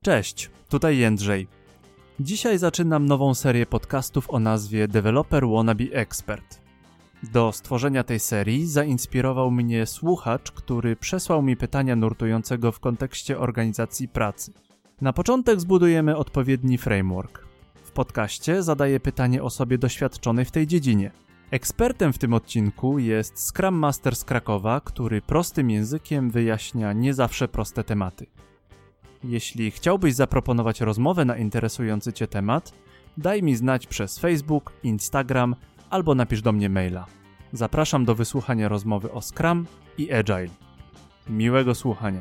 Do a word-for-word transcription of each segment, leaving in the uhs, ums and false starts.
Cześć, tutaj Jędrzej. Dzisiaj zaczynam nową serię podcastów o nazwie Developer Wannabe Expert. Do stworzenia tej serii zainspirował mnie słuchacz, który przesłał mi pytania nurtującego w kontekście organizacji pracy. Na początek zbudujemy odpowiedni framework. W podcaście zadaję pytanie osobie doświadczonej w tej dziedzinie. Ekspertem w tym odcinku jest Scrum Master z Krakowa, który prostym językiem wyjaśnia nie zawsze proste tematy. Jeśli chciałbyś zaproponować rozmowę na interesujący Cię temat, daj mi znać przez Facebook, Instagram albo napisz do mnie maila. Zapraszam do wysłuchania rozmowy o Scrum i Agile. Miłego słuchania.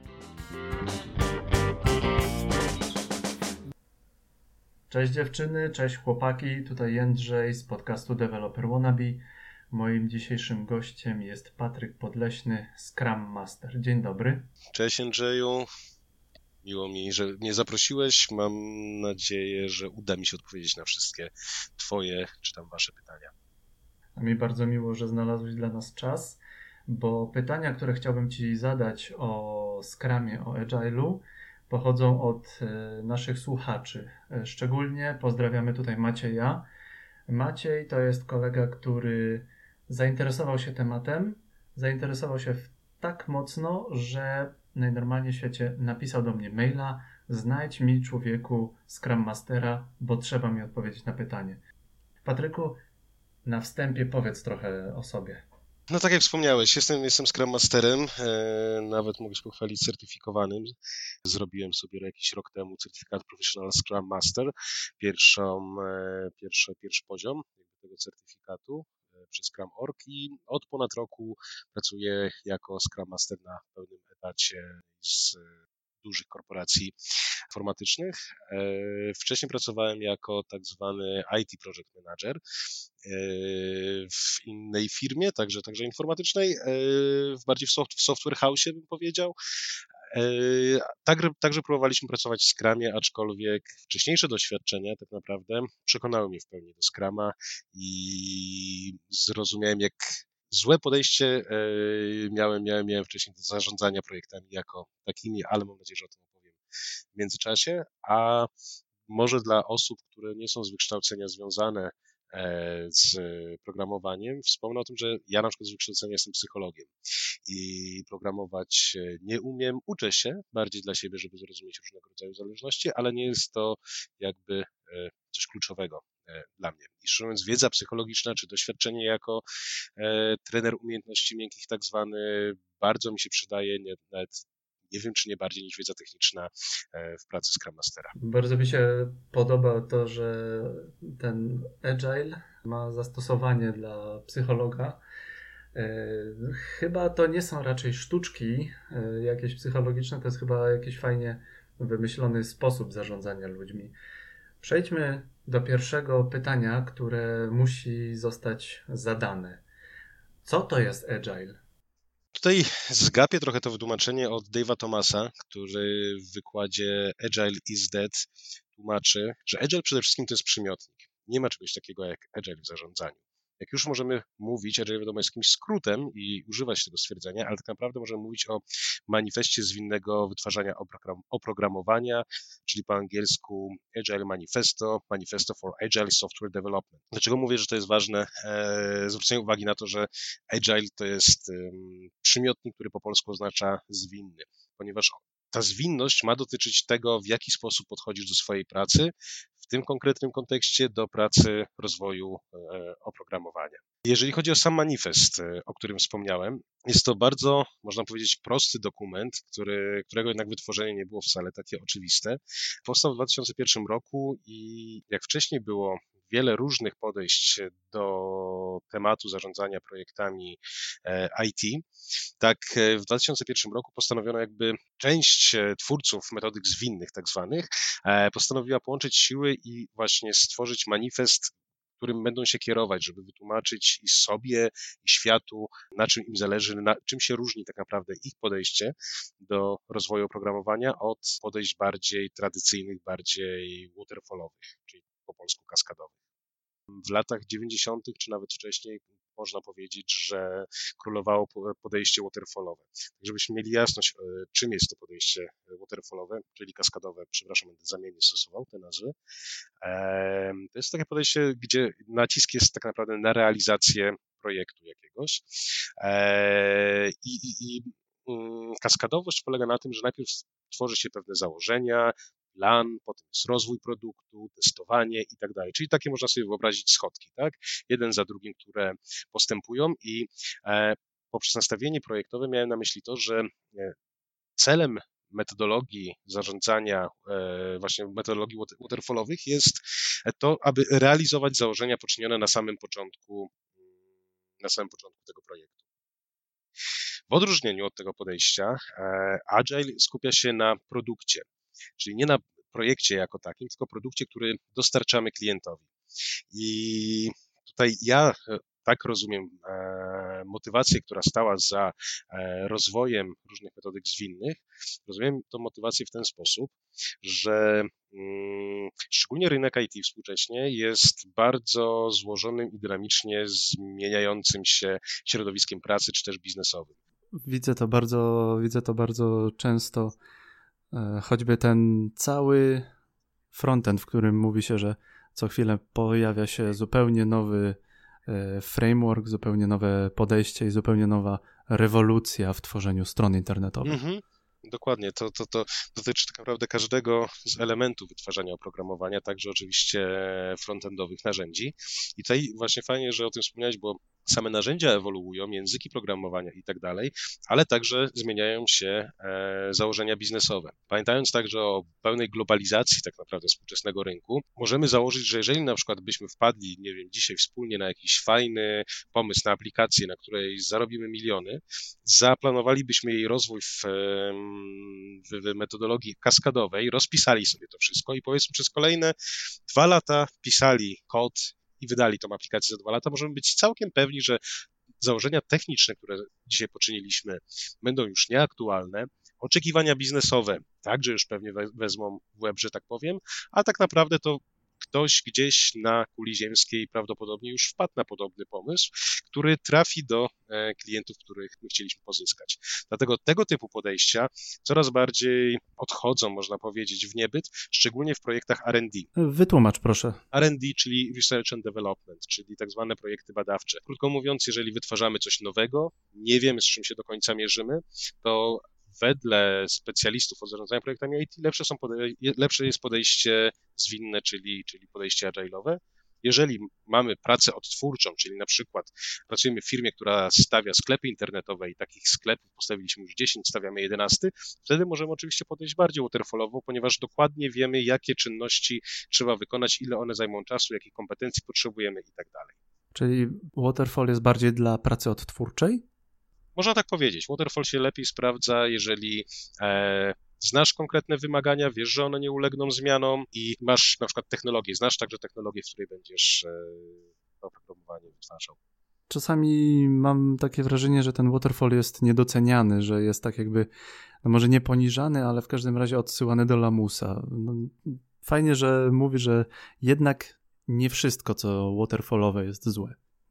Cześć dziewczyny, cześć chłopaki, tutaj Jędrzej z podcastu Developer Wannabe. Moim dzisiejszym gościem jest Patryk Podleśny, Scrum Master. Dzień dobry. Cześć Jędrzeju. Miło mi, że mnie zaprosiłeś. Mam nadzieję, że uda mi się odpowiedzieć na wszystkie Twoje czy tam Wasze pytania. A mi bardzo miło, że znalazłeś dla nas czas, bo pytania, które chciałbym Ci zadać o Scrumie, o Agile'u, pochodzą od e, naszych słuchaczy. E, szczególnie pozdrawiamy tutaj Macieja. Maciej to jest kolega, który zainteresował się tematem, zainteresował się w tak mocno, że najnormalniej w świecie napisał do mnie maila: znajdź mi, człowieku, Scrum Mastera, bo trzeba mi odpowiedzieć na pytanie. Patryku, na wstępie powiedz trochę o sobie. No tak jak wspomniałeś, jestem, jestem Scrum Masterem, e, nawet mogę się pochwalić certyfikowanym. Zrobiłem sobie jakiś rok temu certyfikat Professional Scrum Master, pierwszą, e, pierwszy, pierwszy poziom tego certyfikatu e, przez Scrum kropka org i od ponad roku pracuję jako Scrum Master na pełnym etacie z dużych korporacji informatycznych. Wcześniej pracowałem jako tak zwany I T Project Manager w innej firmie, także, także informatycznej, bardziej w, soft, w software house'ie bym powiedział. Także, także próbowaliśmy pracować w Scrumie, aczkolwiek wcześniejsze doświadczenia tak naprawdę przekonały mnie w pełni do Scruma i zrozumiałem, jak złe podejście miałem, miałem, miałem wcześniej do zarządzania projektami jako takimi, ale mam nadzieję, że o tym opowiem w międzyczasie. A może dla osób, które nie są z wykształcenia związane z programowaniem, wspomnę o tym, że ja na przykład z wykształcenia jestem psychologiem i programować nie umiem. Uczę się bardziej dla siebie, żeby zrozumieć różnego rodzaju zależności, ale nie jest to jakby coś kluczowego dla mnie. I szczerze mówiąc, wiedza psychologiczna czy doświadczenie jako e, trener umiejętności miękkich tak zwany bardzo mi się przydaje, nie, nawet nie wiem czy nie bardziej niż wiedza techniczna e, w pracy Scrum Mastera. Bardzo mi się podoba to, że ten Agile ma zastosowanie dla psychologa. E, chyba to nie są raczej sztuczki e, jakieś psychologiczne, to jest chyba jakiś fajnie wymyślony sposób zarządzania ludźmi. Przejdźmy do pierwszego pytania, które musi zostać zadane. Co to jest Agile? Tutaj zgapię trochę to wytłumaczenie od Dave'a Thomasa, który w wykładzie Agile is Dead tłumaczy, że Agile przede wszystkim to jest przymiotnik. Nie ma czegoś takiego jak Agile w zarządzaniu. Jak już możemy mówić, Agile wiadomo jest jakimś skrótem i używać tego stwierdzenia, ale tak naprawdę możemy mówić o manifestie zwinnego wytwarzania oprogram- oprogramowania, czyli po angielsku Agile Manifesto, Manifesto for Agile Software Development. Dlaczego mówię, że to jest ważne? Eee, zwrócenie uwagi na to, że Agile to jest um, przymiotnik, który po polsku oznacza zwinny, ponieważ ta zwinność ma dotyczyć tego, w jaki sposób podchodzisz do swojej pracy, w tym konkretnym kontekście do pracy rozwoju e, oprogramowania. Jeżeli chodzi o sam manifest, e, o którym wspomniałem, jest to bardzo, można powiedzieć, prosty dokument, który, którego jednak wytworzenie nie było wcale takie oczywiste. Powstał w dwa tysiące pierwszym roku i jak wcześniej było wiele różnych podejść do tematu zarządzania projektami I T, tak w dwa tysiące pierwszym roku postanowiono jakby część twórców metodyk zwinnych tak zwanych postanowiła połączyć siły i właśnie stworzyć manifest, którym będą się kierować, żeby wytłumaczyć i sobie, i światu, na czym im zależy, na czym się różni tak naprawdę ich podejście do rozwoju oprogramowania od podejść bardziej tradycyjnych, bardziej waterfallowych, czyli po polsku kaskadowych. W latach dziewięćdziesiątych czy nawet wcześniej można powiedzieć, że królowało podejście waterfallowe. Tak żebyśmy mieli jasność, czym jest to podejście waterfallowe, czyli kaskadowe, przepraszam, będę zamiennie stosował te nazwy. To jest takie podejście, gdzie nacisk jest tak naprawdę na realizację projektu jakiegoś. I, i, i kaskadowość polega na tym, że najpierw tworzy się pewne założenia, plan, potem jest rozwój produktu, testowanie i tak dalej. Czyli takie można sobie wyobrazić schodki, tak? Jeden za drugim, które postępują i poprzez nastawienie projektowe miałem na myśli to, że celem metodologii zarządzania, właśnie metodologii waterfallowych jest to, aby realizować założenia poczynione na samym początku, na samym początku tego projektu. W odróżnieniu od tego podejścia, Agile skupia się na produkcie, czyli nie na projekcie jako takim, tylko produkcie, który dostarczamy klientowi. I tutaj ja tak rozumiem motywację, która stała za rozwojem różnych metodyk zwinnych. Rozumiem tę motywację w ten sposób, że szczególnie rynek I T współcześnie jest bardzo złożonym i dynamicznie zmieniającym się środowiskiem pracy czy też biznesowym. Widzę to bardzo, widzę to bardzo często, choćby ten cały frontend, w którym mówi się, że co chwilę pojawia się zupełnie nowy framework, zupełnie nowe podejście i zupełnie nowa rewolucja w tworzeniu stron internetowych. Mhm. Dokładnie, to, to, to dotyczy tak naprawdę każdego z elementów wytwarzania oprogramowania, także oczywiście frontendowych narzędzi. I tutaj właśnie fajnie, że o tym wspomniałeś, bo same narzędzia ewoluują, języki programowania i tak dalej, ale także zmieniają się e, założenia biznesowe. Pamiętając także o pełnej globalizacji tak naprawdę współczesnego rynku, możemy założyć, że jeżeli na przykład byśmy wpadli, nie wiem, dzisiaj wspólnie na jakiś fajny pomysł na aplikację, na której zarobimy miliony, zaplanowalibyśmy jej rozwój w, w, w metodologii kaskadowej, rozpisali sobie to wszystko i powiedzmy przez kolejne dwa lata pisali kod i wydali tą aplikację za dwa lata, możemy być całkiem pewni, że założenia techniczne, które dzisiaj poczyniliśmy, będą już nieaktualne, oczekiwania biznesowe także już pewnie wezmą w łeb, że tak powiem, a tak naprawdę to ktoś gdzieś na kuli ziemskiej prawdopodobnie już wpadł na podobny pomysł, który trafi do klientów, których my chcieliśmy pozyskać. Dlatego tego typu podejścia coraz bardziej odchodzą, można powiedzieć, w niebyt, szczególnie w projektach R and D. Wytłumacz proszę. R and D, czyli Research and Development, czyli tak zwane projekty badawcze. Krótko mówiąc, jeżeli wytwarzamy coś nowego, nie wiemy, z czym się do końca mierzymy, to wedle specjalistów od zarządzania projektami I T lepsze, są podej- lepsze jest podejście zwinne, czyli, czyli podejście agile'owe. Jeżeli mamy pracę odtwórczą, czyli na przykład pracujemy w firmie, która stawia sklepy internetowe i takich sklepów postawiliśmy już dziesięć, stawiamy jedenaście, wtedy możemy oczywiście podejść bardziej waterfallowo, ponieważ dokładnie wiemy, jakie czynności trzeba wykonać, ile one zajmą czasu, jakich kompetencji potrzebujemy i tak dalej. Czyli waterfall jest bardziej dla pracy odtwórczej? Można tak powiedzieć. Waterfall się lepiej sprawdza, jeżeli e, znasz konkretne wymagania, wiesz, że one nie ulegną zmianom i masz na przykład technologię, znasz także technologię, w której będziesz e, oprogramowanie wytwarzał. Czasami mam takie wrażenie, że ten waterfall jest niedoceniany, że jest tak jakby, no może nie poniżany, ale w każdym razie odsyłany do lamusa. No, fajnie, że mówi, że jednak nie wszystko, co waterfallowe jest złe.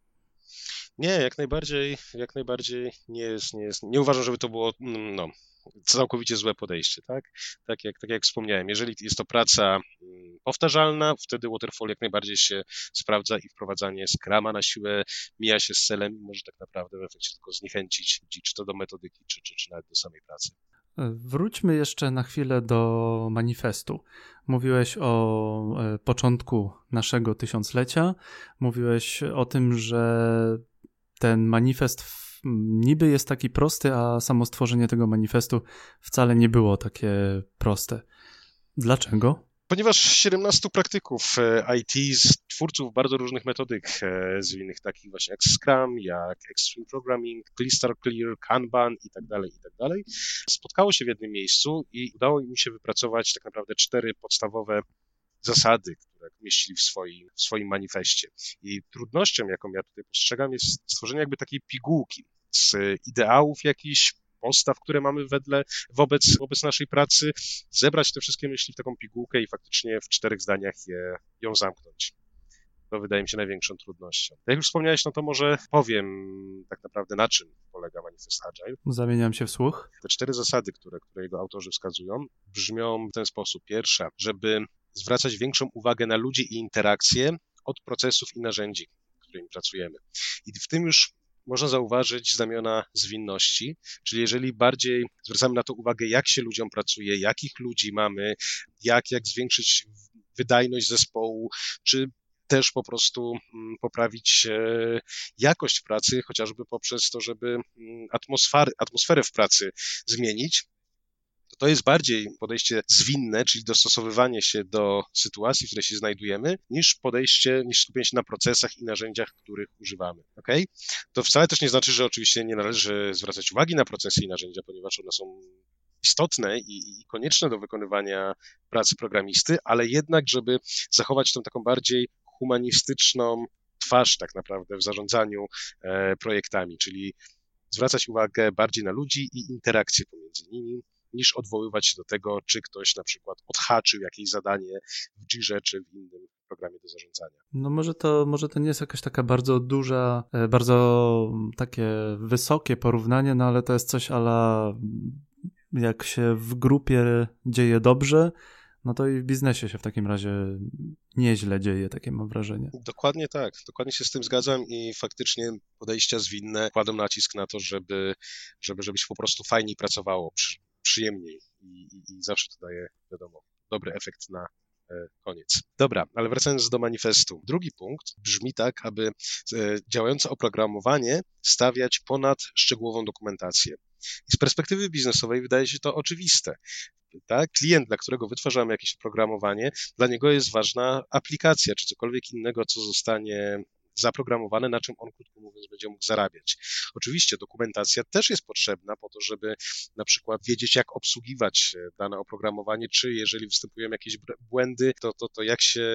Nie, jak najbardziej, jak najbardziej nie jest, nie jest, nie uważam, żeby to było, no, całkowicie złe podejście, tak? Tak jak, tak jak wspomniałem, jeżeli jest to praca powtarzalna, wtedy waterfall jak najbardziej się sprawdza i wprowadzanie Scruma na siłę mija się z celem i może tak naprawdę w efekcie tylko zniechęcić ludzi, czy to do metodyki, czy, czy, czy nawet do samej pracy. Wróćmy jeszcze na chwilę do manifestu. Mówiłeś o początku naszego tysiąclecia, mówiłeś o tym, że ten manifest niby jest taki prosty, a samo stworzenie tego manifestu wcale nie było takie proste. Dlaczego? Ponieważ siedemnastu praktyków I T, twórców bardzo różnych metodyk zwinnych, takich właśnie jak Scrum, jak Extreme Programming, Crystal Clear, Kanban i tak dalej, i tak dalej, spotkało się w jednym miejscu i udało im się wypracować tak naprawdę cztery podstawowe zasady, które mieścili w swoim, w swoim manifestie. I trudnością, jaką ja tutaj postrzegam, jest stworzenie jakby takiej pigułki z ideałów jakichś, postaw, które mamy wedle, wobec, wobec naszej pracy, zebrać te wszystkie myśli w taką pigułkę i faktycznie w czterech zdaniach je, ją zamknąć. to wydaje mi się największą trudnością. Jak już wspomniałeś, no to może powiem tak naprawdę, na czym polega manifest Agile. Zamieniam się w słuch. Te cztery zasady, które, które jego autorzy wskazują, brzmią w ten sposób. Pierwsza, żeby zwracać większą uwagę na ludzi i interakcje od procesów i narzędzi, którymi pracujemy. I w tym już można zauważyć znamiona zwinności, czyli jeżeli bardziej zwracamy na to uwagę, jak się ludziom pracuje, jakich ludzi mamy, jak, jak zwiększyć wydajność zespołu, czy też po prostu poprawić jakość pracy, chociażby poprzez to, żeby atmosferę, atmosferę w pracy zmienić, to jest bardziej podejście zwinne, czyli dostosowywanie się do sytuacji, w której się znajdujemy, niż podejście, niż skupienie się na procesach i narzędziach, których używamy. Okay? To wcale też nie znaczy, że oczywiście nie należy zwracać uwagi na procesy i narzędzia, ponieważ one są istotne i, i konieczne do wykonywania pracy programisty, ale jednak, żeby zachować tą taką bardziej humanistyczną twarz tak naprawdę w zarządzaniu e, projektami, czyli zwracać uwagę bardziej na ludzi i interakcje pomiędzy nimi, niż odwoływać się do tego, czy ktoś na przykład odhaczył jakieś zadanie w Jirze czy w innym programie do zarządzania. No może to, może to nie jest jakaś taka bardzo duża, bardzo takie wysokie porównanie, no ale to jest coś a la jak się w grupie dzieje dobrze, no to i w biznesie się w takim razie nieźle dzieje, takie mam wrażenie. Dokładnie tak, dokładnie się z tym zgadzam i faktycznie podejścia zwinne kładą nacisk na to, żeby, żeby, żeby się po prostu fajniej pracowało, przy, przyjemniej i, i, i zawsze to daje, wiadomo, dobry efekt na e, koniec. Dobra, ale wracając do manifestu. Drugi punkt brzmi tak, aby e, działające oprogramowanie stawiać ponad szczegółową dokumentację. I z perspektywy biznesowej wydaje się to oczywiste. Tak? Klient, dla którego wytwarzamy jakieś oprogramowanie, dla niego jest ważna aplikacja, czy cokolwiek innego, co zostanie zaprogramowane, na czym on, krótko mówiąc, będzie mógł zarabiać. Oczywiście dokumentacja też jest potrzebna po to, żeby na przykład wiedzieć, jak obsługiwać dane oprogramowanie, czy jeżeli występują jakieś błędy, to, to, to jak się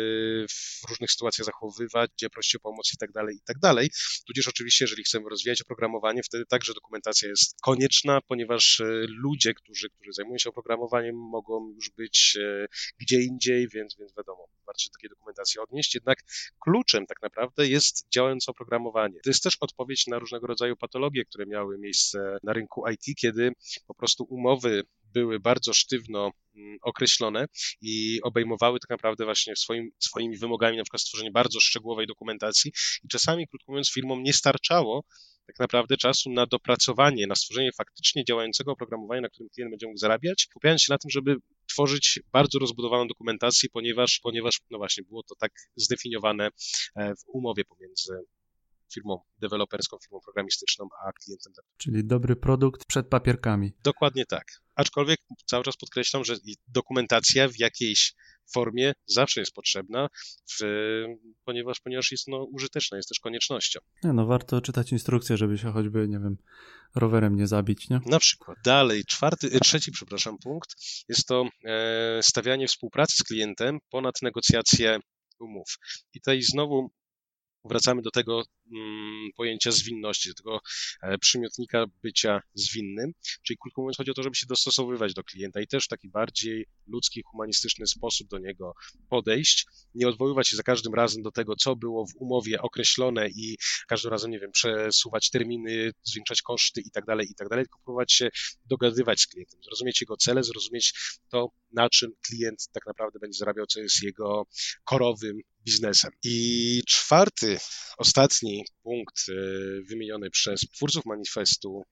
w różnych sytuacjach zachowywać, gdzie prosić o pomoc i tak dalej, i tak dalej. Tudzież oczywiście, jeżeli chcemy rozwijać oprogramowanie, wtedy także dokumentacja jest konieczna, ponieważ ludzie, którzy, którzy zajmują się oprogramowaniem, mogą już być gdzie indziej, więc, więc wiadomo, warto się do takiej dokumentacji odnieść. Jednak kluczem tak naprawdę jest działające oprogramowanie. To jest też odpowiedź na różnego rodzaju patologie, które miały miejsce na rynku I T, kiedy po prostu umowy były bardzo sztywno określone i obejmowały tak naprawdę właśnie swoim, swoimi wymogami na przykład stworzenie bardzo szczegółowej dokumentacji i czasami, krótko mówiąc, firmom nie starczało tak naprawdę czasu na dopracowanie, na stworzenie faktycznie działającego oprogramowania, na którym klient będzie mógł zarabiać, skupiając się na tym, żeby tworzyć bardzo rozbudowaną dokumentację, ponieważ, ponieważ no właśnie było to tak zdefiniowane w umowie pomiędzy firmą deweloperską, firmą programistyczną, a klientem. Czyli dobry produkt przed papierkami. Dokładnie tak. Aczkolwiek cały czas podkreślam, że dokumentacja w jakiejś formie zawsze jest potrzebna, w, ponieważ, ponieważ jest no, użyteczna, jest też koniecznością. Nie, no warto czytać instrukcję, żeby się choćby, nie wiem, rowerem nie zabić, nie? Na przykład. Dalej, czwarty, trzeci, przepraszam, punkt jest to e, stawianie współpracy z klientem ponad negocjacje umów. I tutaj znowu wracamy do tego mm, pojęcia zwinności, do tego e, przymiotnika bycia zwinnym, czyli krótko mówiąc chodzi o to, żeby się dostosowywać do klienta i też w taki bardziej ludzki, humanistyczny sposób do niego podejść, nie odwoływać się za każdym razem do tego, co było w umowie określone i każdym razem, nie wiem, przesuwać terminy, zwiększać koszty i tak dalej, i tak dalej, tylko próbować się dogadywać z klientem, zrozumieć jego cele, zrozumieć to, na czym klient tak naprawdę będzie zarabiał, co jest jego korowym biznesem. I czwarty, ostatni punkt wymieniony przez twórców manifestu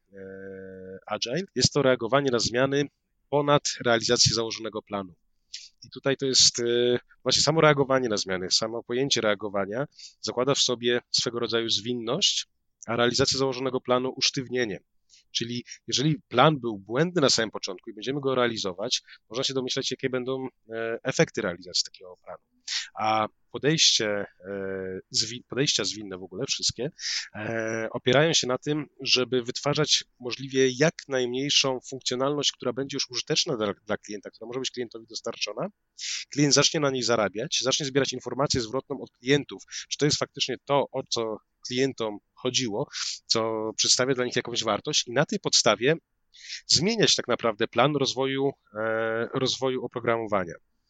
Agile jest to reagowanie na zmiany ponad realizację założonego planu. I tutaj to jest właśnie samo reagowanie na zmiany, samo pojęcie reagowania zakłada w sobie swego rodzaju zwinność, a realizacja założonego planu usztywnienie. Czyli jeżeli plan był błędny na samym początku i będziemy go realizować, można się domyślać, jakie będą efekty realizacji takiego planu. A podejście, podejścia zwinne w ogóle, wszystkie, opierają się na tym, żeby wytwarzać możliwie jak najmniejszą funkcjonalność, która będzie już użyteczna dla, dla klienta, która może być klientowi dostarczona. Klient zacznie na niej zarabiać, zacznie zbierać informację zwrotną od klientów, czy to jest faktycznie to, o co klientom chodziło, co przedstawia dla nich jakąś wartość i na tej podstawie zmieniać tak naprawdę plan rozwoju, rozwoju oprogramowania.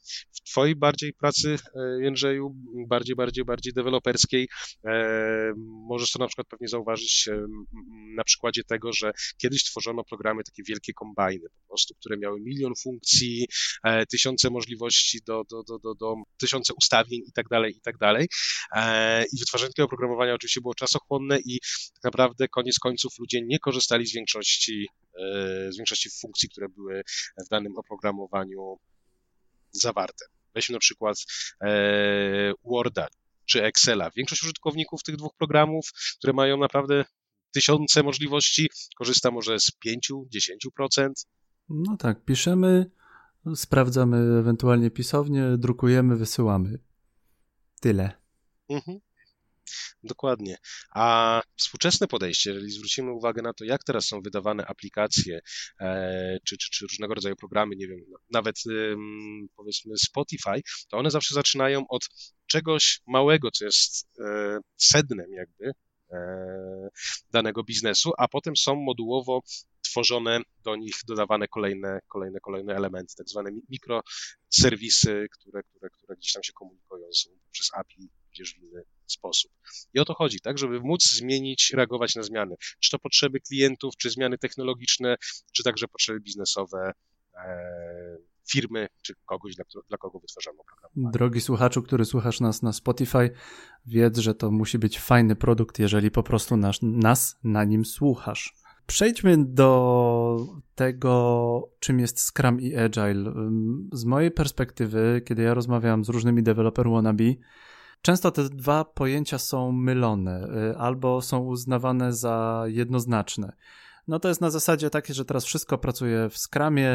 W twojej bardziej pracy, Jędrzeju, bardziej, bardziej, bardziej deweloperskiej, możesz to na przykład pewnie zauważyć na przykładzie tego, że kiedyś tworzono programy, takie wielkie kombajny po prostu, które miały milion funkcji, tysiące możliwości do, do, do, do, do tysiące ustawień i tak dalej, i tak dalej. I wytwarzanie tego oprogramowania oczywiście było czasochłonne i tak naprawdę koniec końców ludzie nie korzystali z większości, z większości funkcji, które były w danym oprogramowaniu zawarte. Weźmy na przykład e, Worda czy Excela. Większość użytkowników tych dwóch programów, które mają naprawdę tysiące możliwości, korzysta może z pięć do dziesięciu procent. No tak, piszemy, sprawdzamy ewentualnie pisownię, drukujemy, wysyłamy. Tyle. Mhm. Dokładnie. A współczesne podejście, jeżeli zwrócimy uwagę na to, jak teraz są wydawane aplikacje, e, czy, czy, czy różnego rodzaju programy, nie wiem, nawet e, powiedzmy Spotify, to one zawsze zaczynają od czegoś małego, co jest e, sednem jakby e, danego biznesu, a potem są modułowo tworzone do nich, dodawane kolejne, kolejne, kolejne elementy, tak zwane mikroserwisy, które, które, które gdzieś tam się komunikują przez A P I, gdzieś w inny sposób. I o to chodzi, tak, żeby móc zmienić, reagować na zmiany. Czy to potrzeby klientów, czy zmiany technologiczne, czy także potrzeby biznesowe e, firmy, czy kogoś, dla, dla kogo wytwarzamy oprogramowanie. Drogi słuchaczu, który słuchasz nas na Spotify, wiedz, że to musi być fajny produkt, jeżeli po prostu nas, nas na nim słuchasz. Przejdźmy do tego, czym jest Scrum i Agile. Z mojej perspektywy, kiedy ja rozmawiałem z różnymi developer wannabe, często te dwa pojęcia są mylone albo są uznawane za jednoznaczne. No to jest na zasadzie takie, że teraz wszystko pracuje w Scrumie,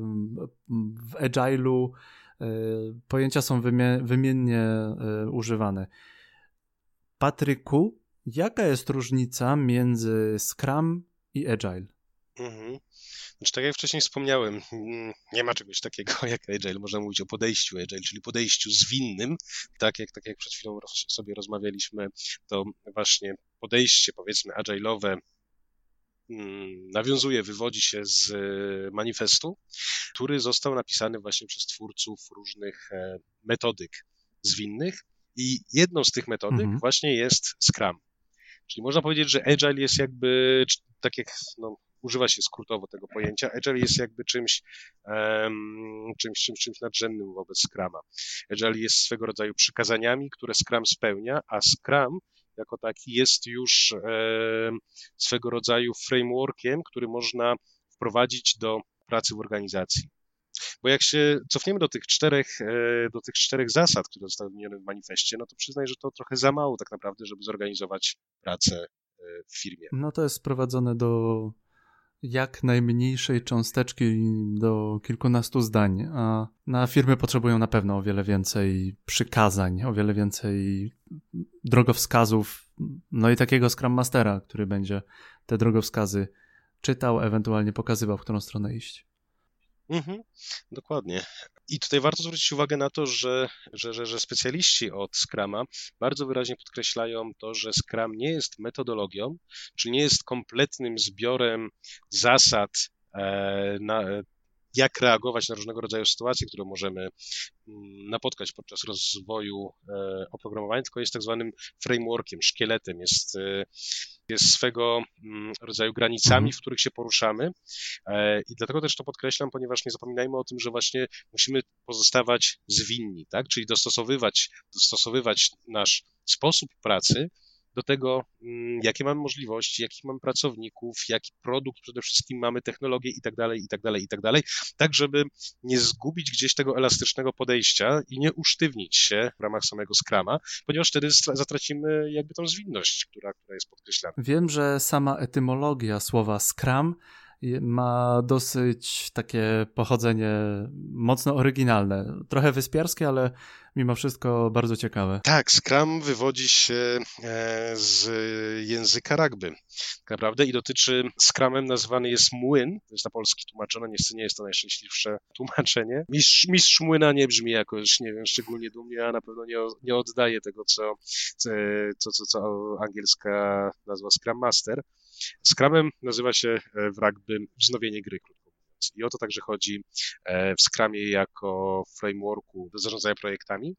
w Agile'u, pojęcia są wymie- wymiennie używane. Patryku, jaka jest różnica między Scrum i Agile? Mhm. Znaczy, tak jak wcześniej wspomniałem, nie ma czegoś takiego jak Agile. Można mówić o podejściu Agile, czyli podejściu zwinnym. Tak jak, tak jak przed chwilą sobie rozmawialiśmy, to właśnie podejście, powiedzmy, agile'owe nawiązuje, wywodzi się z manifestu, który został napisany właśnie przez twórców różnych metodyk zwinnych i jedną z tych metodyk mhm. właśnie jest Scrum. Czyli można powiedzieć, że Agile jest jakby, tak jak no, używa się skrótowo tego pojęcia, Agile jest jakby czymś, um, czymś, czymś, czymś nadrzędnym wobec Scruma. Agile jest swego rodzaju przykazaniami, które Scrum spełnia, a Scrum jako taki jest już e, swego rodzaju frameworkiem, który można wprowadzić do pracy w organizacji. Bo jak się cofniemy do tych czterech, do tych czterech zasad, które zostały wymienione w manifestie, no to przyznaj, że to trochę za mało tak naprawdę, żeby zorganizować pracę w firmie. No to jest sprowadzone do jak najmniejszej cząsteczki, do kilkunastu zdań, a na firmy potrzebują na pewno o wiele więcej przykazań, o wiele więcej drogowskazów, no i takiego Scrum Mastera, który będzie te drogowskazy czytał, ewentualnie pokazywał, w którą stronę iść. Mhm, dokładnie. I tutaj warto zwrócić uwagę na to, że, że, że, że specjaliści od Scruma bardzo wyraźnie podkreślają to, że Scrum nie jest metodologią, czy nie jest kompletnym zbiorem zasad, e, na, jak reagować na różnego rodzaju sytuacje, które możemy napotkać podczas rozwoju e, oprogramowania, tylko jest tak zwanym frameworkiem, szkieletem, jest, e, jest swego m, rodzaju granicami, mhm. w których się poruszamy e, i dlatego też to podkreślam, ponieważ nie zapominajmy o tym, że właśnie musimy pozostawać zwinni, tak? Czyli dostosowywać, dostosowywać nasz sposób pracy do tego, jakie mamy możliwości, jakich mamy pracowników, jaki produkt przede wszystkim mamy, technologię i tak dalej, i tak dalej, i tak dalej, tak żeby nie zgubić gdzieś tego elastycznego podejścia i nie usztywnić się w ramach samego Scruma, ponieważ wtedy zatracimy jakby tą zwinność, która, która jest podkreślana. Wiem, że sama etymologia słowa Scrum ma dosyć takie pochodzenie mocno oryginalne. Trochę wyspiarskie, ale mimo wszystko bardzo ciekawe. Tak, Scrum wywodzi się z języka rugby, tak naprawdę, i dotyczy, Scrumem nazywany jest młyn, to jest na polski tłumaczone, niestety nie jest to najszczęśliwsze tłumaczenie. Mistrz, mistrz młyna nie brzmi jakoś, nie wiem, szczególnie dumnie, a na pewno nie, nie oddaje tego, co, co, co, co angielska nazwa Scrum Master. Scrumem nazywa się w rugby wznowienie gry, krótko mówiąc. sprints. I o to także chodzi w Scrumie jako frameworku do zarządzania projektami,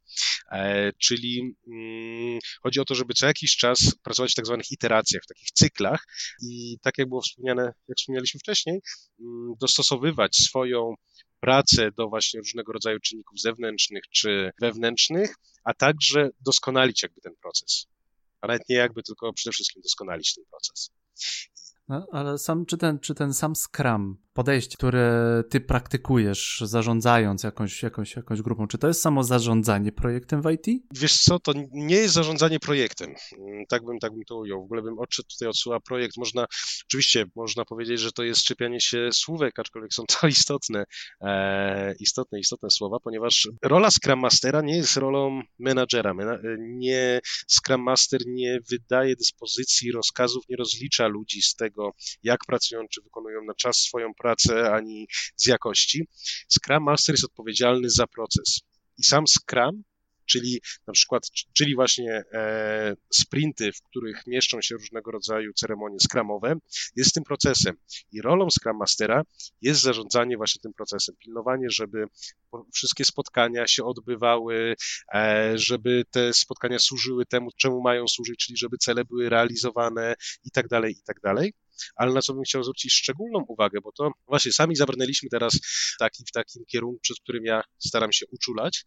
czyli chodzi o to, żeby co jakiś czas pracować w tak zwanych iteracjach, w takich cyklach i tak jak było wspomniane, jak wspomnieliśmy wcześniej, dostosowywać swoją pracę do właśnie różnego rodzaju czynników zewnętrznych czy wewnętrznych, a także doskonalić jakby ten proces. A nawet nie jakby, tylko przede wszystkim doskonalić ten proces. No, ale sam, czy ten, czy ten sam Scrum, podejście, które ty praktykujesz, zarządzając jakąś, jakąś, jakąś grupą, czy to jest samo zarządzanie projektem w I T? Wiesz co, to nie jest zarządzanie projektem. Tak bym, tak bym to ujął. W ogóle bym odszedł tutaj od słowa projekt. Można, oczywiście można powiedzieć, że to jest czepianie się słówek, aczkolwiek są to istotne, e, istotne, istotne słowa, ponieważ rola Scrum Mastera nie jest rolą menadżera. Mena, nie, Scrum Master nie wydaje dyspozycji, rozkazów, nie rozlicza ludzi z tego, jak pracują, czy wykonują na czas swoją pracę, ani z jakości. Scrum Master jest odpowiedzialny za proces. I sam Scrum, czyli na przykład, czyli właśnie e, sprinty, w których mieszczą się różnego rodzaju ceremonie scrumowe, jest tym procesem. I rolą Scrum Mastera jest zarządzanie właśnie tym procesem, pilnowanie, żeby wszystkie spotkania się odbywały, e, żeby te spotkania służyły temu, czemu mają służyć, czyli żeby cele były realizowane i tak dalej, i tak dalej. Ale na co bym chciał zwrócić szczególną uwagę, bo to właśnie sami zabrnęliśmy teraz taki, w takim kierunku, przed którym ja staram się uczulać.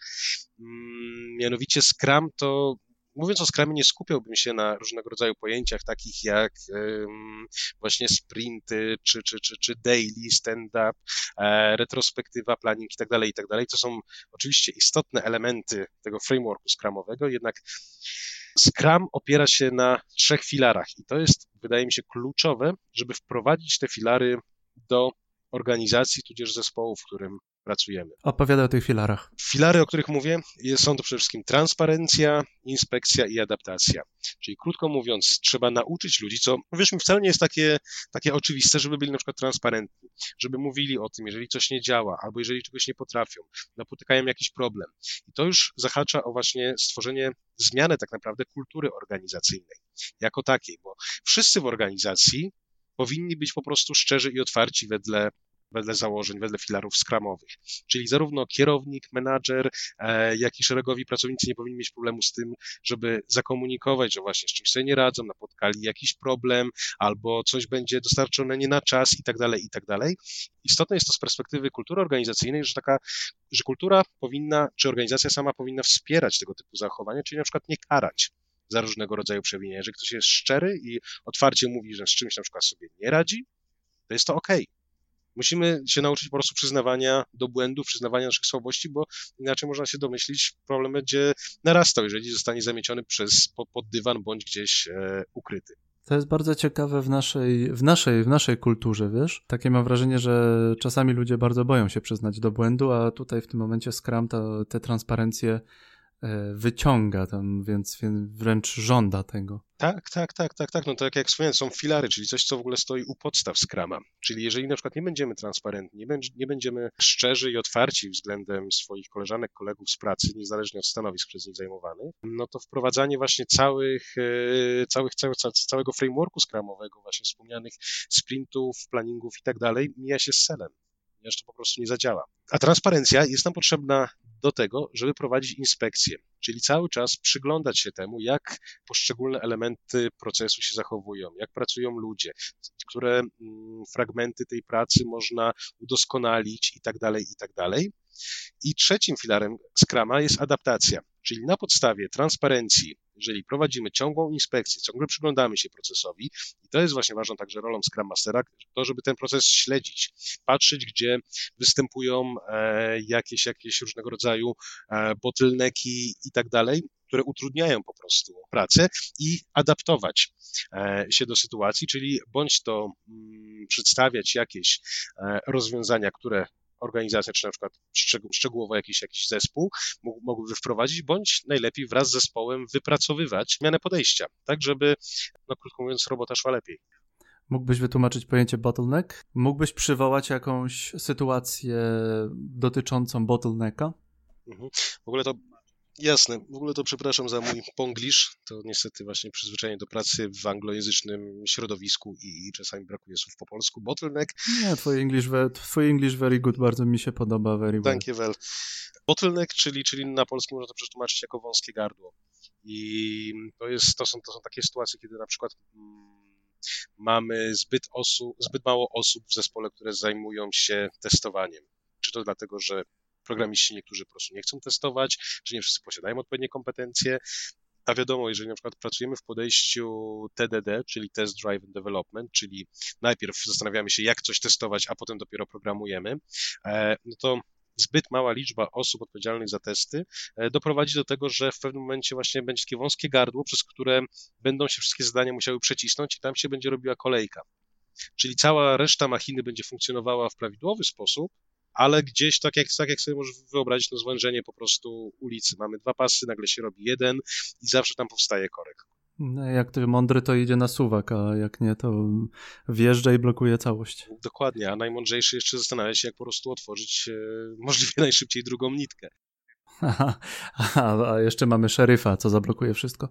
Mianowicie Scrum to, mówiąc o Scrumie, nie skupiałbym się na różnego rodzaju pojęciach takich jak um, właśnie sprinty, czy, czy, czy, czy daily, stand-up, e, retrospektywa, planning i tak dalej, i tak dalej. To są oczywiście istotne elementy tego frameworku scrumowego, jednak Scrum opiera się na trzech filarach i to jest, wydaje mi się, kluczowe, żeby wprowadzić te filary do organizacji, tudzież zespołu, w którym pracujemy. Opowiadaj o tych filarach. Filary, o których mówię, są to przede wszystkim transparencja, inspekcja i adaptacja. Czyli krótko mówiąc, trzeba nauczyć ludzi, co, wiesz mi, wcale nie jest takie, takie oczywiste, żeby byli na przykład transparentni, żeby mówili o tym, jeżeli coś nie działa, albo jeżeli czegoś nie potrafią, napotykają jakiś problem. I to już zahacza o właśnie stworzenie, zmianę tak naprawdę kultury organizacyjnej jako takiej, bo wszyscy w organizacji powinni być po prostu szczerzy i otwarci wedle wedle założeń, wedle filarów scrumowych. Czyli zarówno kierownik, menadżer, e, jak i szeregowi pracownicy nie powinni mieć problemu z tym, żeby zakomunikować, że właśnie z czymś sobie nie radzą, napotkali jakiś problem, albo coś będzie dostarczone nie na czas i tak dalej, i tak dalej. Istotne jest to z perspektywy kultury organizacyjnej, że taka, że kultura powinna, czy organizacja sama powinna wspierać tego typu zachowania, czyli na przykład nie karać za różnego rodzaju przewinienia. Jeżeli ktoś jest szczery i otwarcie mówi, że z czymś na przykład sobie nie radzi, to jest to okej. Musimy się nauczyć po prostu przyznawania do błędów, przyznawania naszych słabości, bo inaczej można się domyślić, problem będzie narastał, jeżeli zostanie zamieciony przez, pod dywan bądź gdzieś e, ukryty. To jest bardzo ciekawe w naszej, w naszej, w naszej kulturze, wiesz? Takie mam wrażenie, że czasami ludzie bardzo boją się przyznać do błędu, a tutaj w tym momencie Scrum to, te transparencje wyciąga tam, więc, więc wręcz żąda tego. Tak, tak, tak, tak, tak. No to jak, jak wspomniałem, są filary, czyli coś, co w ogóle stoi u podstaw Scruma. Czyli jeżeli na przykład nie będziemy transparentni, nie, będzie, nie będziemy szczerzy i otwarci względem swoich koleżanek, kolegów z pracy, niezależnie od stanowisk przez nich zajmowanych, no to wprowadzanie właśnie całych, całych, całych, całego frameworku Scrumowego, właśnie wspomnianych sprintów, planningów i tak dalej, mija się z celem. Ponieważ to po prostu nie zadziała. A transparencja jest nam potrzebna do tego, żeby prowadzić inspekcję, czyli cały czas przyglądać się temu, jak poszczególne elementy procesu się zachowują, jak pracują ludzie, które fragmenty tej pracy można udoskonalić i tak dalej, i tak dalej. I trzecim filarem Scruma jest adaptacja, czyli na podstawie transparencji, jeżeli prowadzimy ciągłą inspekcję, ciągle przyglądamy się procesowi i to jest właśnie ważną także rolą Scrum Mastera, to żeby ten proces śledzić, patrzeć, gdzie występują e, jakieś, jakieś różnego rodzaju e, bottlenecki i tak dalej, które utrudniają po prostu pracę i adaptować e, się do sytuacji, czyli bądź to mm, przedstawiać jakieś e, rozwiązania, które organizacja, czy na przykład szczegółowo jakiś, jakiś zespół mogłyby wprowadzić, bądź najlepiej wraz z zespołem wypracowywać zmianę podejścia, tak żeby, no krótko mówiąc, robota szła lepiej. Mógłbyś wytłumaczyć pojęcie bottleneck? Mógłbyś przywołać jakąś sytuację dotyczącą bottlenecka? Mhm. W ogóle to Jasne. W ogóle to przepraszam za mój ponglisz. To niestety właśnie przyzwyczajenie do pracy w anglojęzycznym środowisku i, i czasami brakuje słów po polsku. Bottleneck. Nie, twój English, ve- twój English very good, bardzo mi się podoba, very well. Thank you well. Bottleneck, czyli, czyli na polskim można to przetłumaczyć jako wąskie gardło. I to, jest, to, są, to są takie sytuacje, kiedy na przykład mm, mamy zbyt, osób, zbyt mało osób w zespole, które zajmują się testowaniem. Czy to dlatego, że programiści niektórzy po prostu nie chcą testować, czy nie wszyscy posiadają odpowiednie kompetencje. A wiadomo, jeżeli na przykład pracujemy w podejściu T D D, czyli Test Driven Development, czyli najpierw zastanawiamy się, jak coś testować, a potem dopiero programujemy, no to zbyt mała liczba osób odpowiedzialnych za testy doprowadzi do tego, że w pewnym momencie właśnie będzie takie wąskie gardło, przez które będą się wszystkie zadania musiały przecisnąć i tam się będzie robiła kolejka. Czyli cała reszta machiny będzie funkcjonowała w prawidłowy sposób, ale gdzieś, tak jak, tak jak sobie możesz wyobrazić, no zwężenie po prostu ulicy. Mamy dwa pasy, nagle się robi jeden i zawsze tam powstaje korek. No, jak ty mądry, to idzie na suwak, a jak nie, to wjeżdża i blokuje całość. Dokładnie, a najmądrzejszy jeszcze zastanawia się, jak po prostu otworzyć e, możliwie najszybciej drugą nitkę. Aha, aha, a jeszcze mamy szeryfa, co zablokuje wszystko.